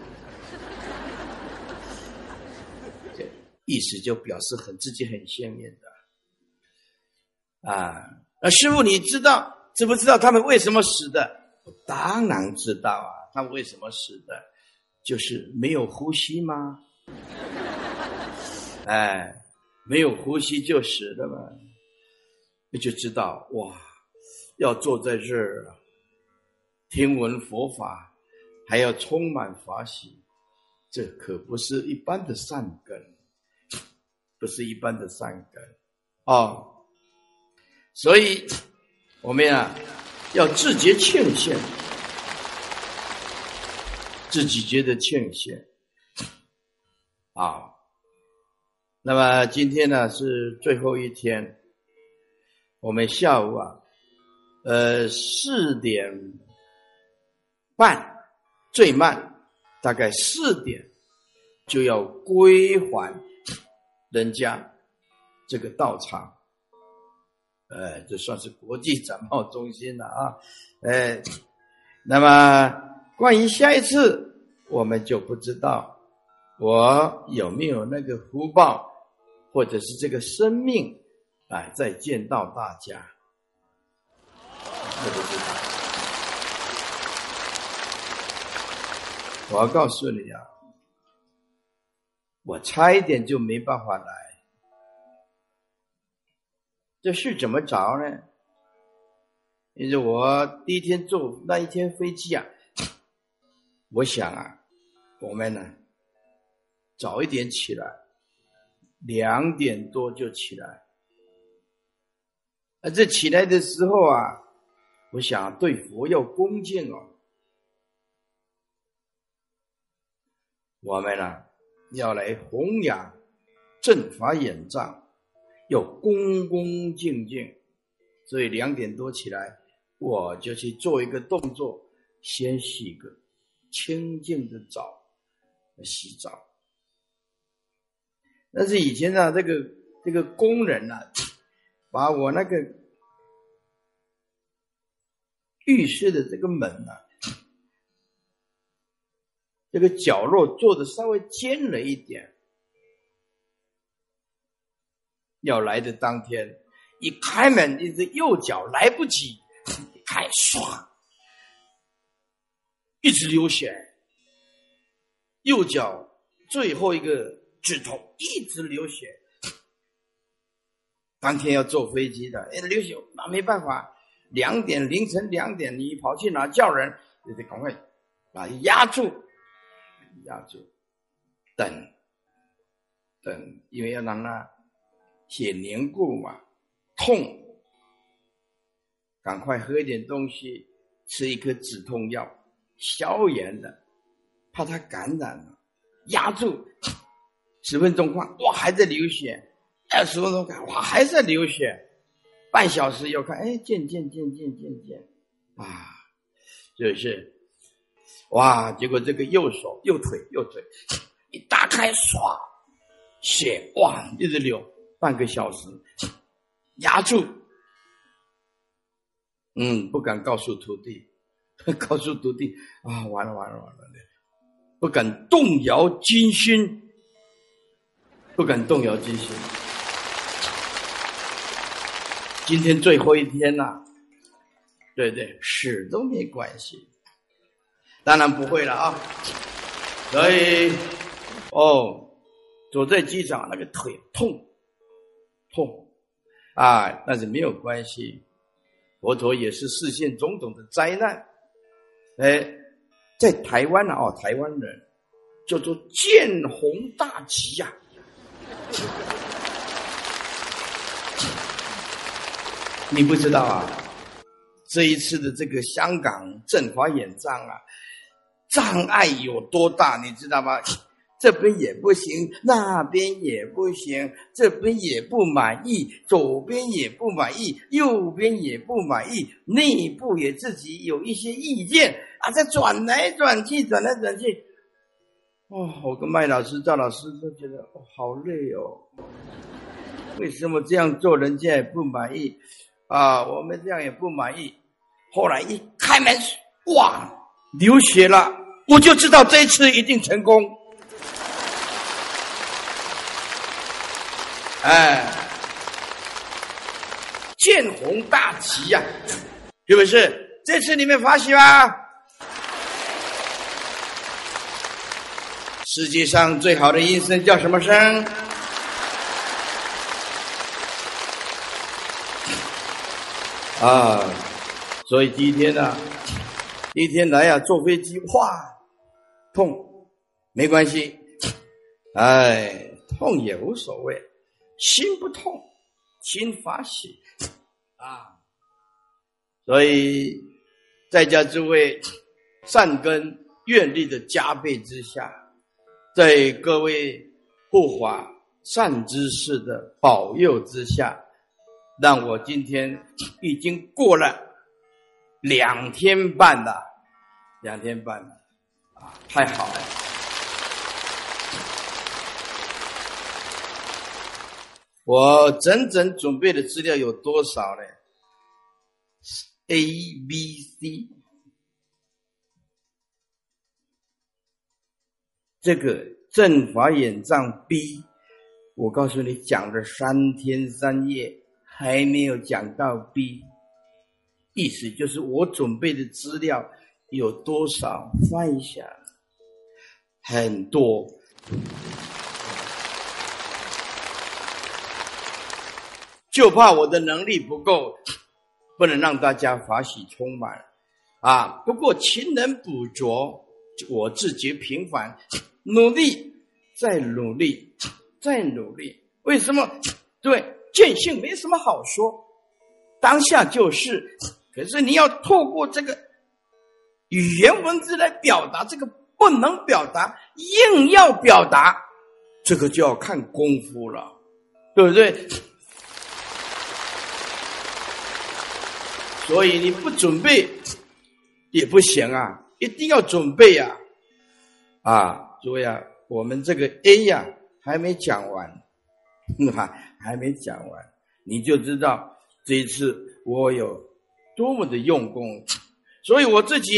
意思就表示自己很幸运的。师父你知不知道他们为什么死的？我当然知道啊，他们为什么死的？就是没有呼吸吗？没有呼吸就死了嘛。你就知道哇，要坐在这儿听闻佛法，还要充满法喜，这可不是一般的善根，所以我们要自觉庆幸，自己觉得庆幸那么今天呢是最后一天，我们下午4点半，最慢大概4点就要归还人家这个道场。这算是国际展贸中心了那么关于下一次我们就不知道我有没有那个福报或者是这个生命再见到大家，我不知道。我要告诉你我差一点就没办法来。这事怎么着呢？因为我第一天坐那一天飞机我想我们呢早一点起来，2点多就起来。这起来的时候我想对佛要恭敬我们要来弘扬正法演藏，要恭恭敬敬，所以2点多起来，我就去做一个动作，先洗个清净的澡，洗澡。但是以前这个工人把我那个浴室的这个门这个角落做的稍微尖了一点。要来的当天一开门，你的右脚来不及一开，唰一直流血，右脚最后一个指头一直流血。当天要坐飞机的流血，那没办法，凌晨2点你跑去哪叫人，你得赶快把压住等，因为要让它血凝固嘛，痛，赶快喝一点东西，吃一颗止痛药，消炎的，怕它感染了，压住10分钟看，哇还在流血，20分钟看，哇还在流血，半小时又看，渐就是哇，结果这个右腿一打开，唰血哇一直流，半个小时压住，不敢告诉徒弟完了，不敢动摇军心，今天最后一天对，死都没关系。 当然不会了啊。所以走在机场那个腿痛啊，但是没有关系，佛陀也是视现种种的灾难。在台湾啊，台湾人叫做见红大吉呀。你不知道啊，这一次的这个香港正法演唱啊，障碍有多大，你知道吗？这边也不行，那边也不行，这边也不满意，左边也不满意，右边也不满意，内部也自己有一些意见啊，在转来转去。我跟麦老师、赵老师都觉得好累哦。为什么这样做人家也不满意啊？我们这样也不满意。后来一开门，哇，流血了，我就知道这一次一定成功。见红大吉呀，是不是？这次你们发喜吗？世界上最好的音声叫什么声？所以第一天来啊，坐飞机，哇，痛，没关系，痛也无所谓，心不痛，心发喜啊！所以在家诸位善根愿力的加倍之下，在各位护法善知识的保佑之下，让我今天已经过了2天半了，2天半了啊，太好了！我整整准备的资料有多少呢 ？A、B、C， 这个正法眼藏 B， 我告诉你讲了3天3夜，还没有讲到 B， 意思就是我准备的资料有多少？翻一下，很多。就怕我的能力不够，不能让大家法喜充满啊！不过勤能补拙，我自觉平凡，努力再努力再努力。为什么？对，见性没什么好说，当下就是。可是你要透过这个语言文字来表达，这个不能表达，硬要表达，这个就要看功夫了，对不对？所以你不准备也不行啊，一定要准备啊！诸位啊，我们这个 A 呀还没讲完，还没讲完，你就知道这一次我有多么的用功。所以我自己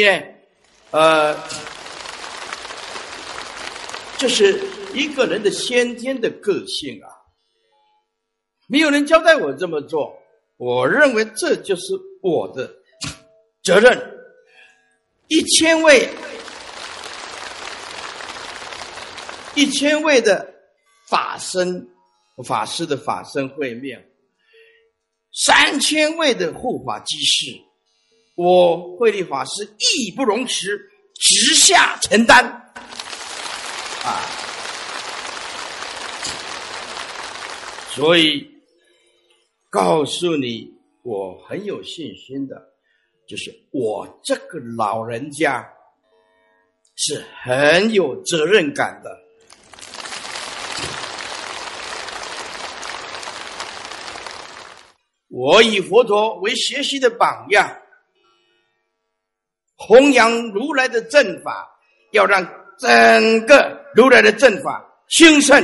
这是一个人的先天的个性啊，没有人交代我这么做，我认为这就是我的责任。1000位的法师的法身会面，3000位的护法居士，我慧律法师义不容辞，直下承担所以告诉你，我很有信心的，就是我这个老人家是很有责任感的。我以佛陀为学习的榜样，弘扬如来的正法，要让整个如来的正法兴盛。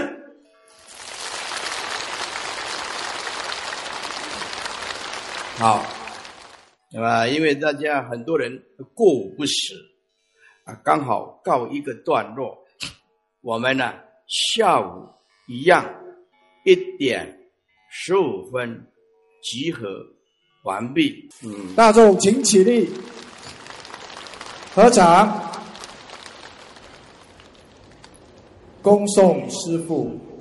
好，那么因为大家很多人过午不食刚好告一个段落，我们呢下午一样1点15分集合完毕。 大众请起立，合掌。 恭送师父。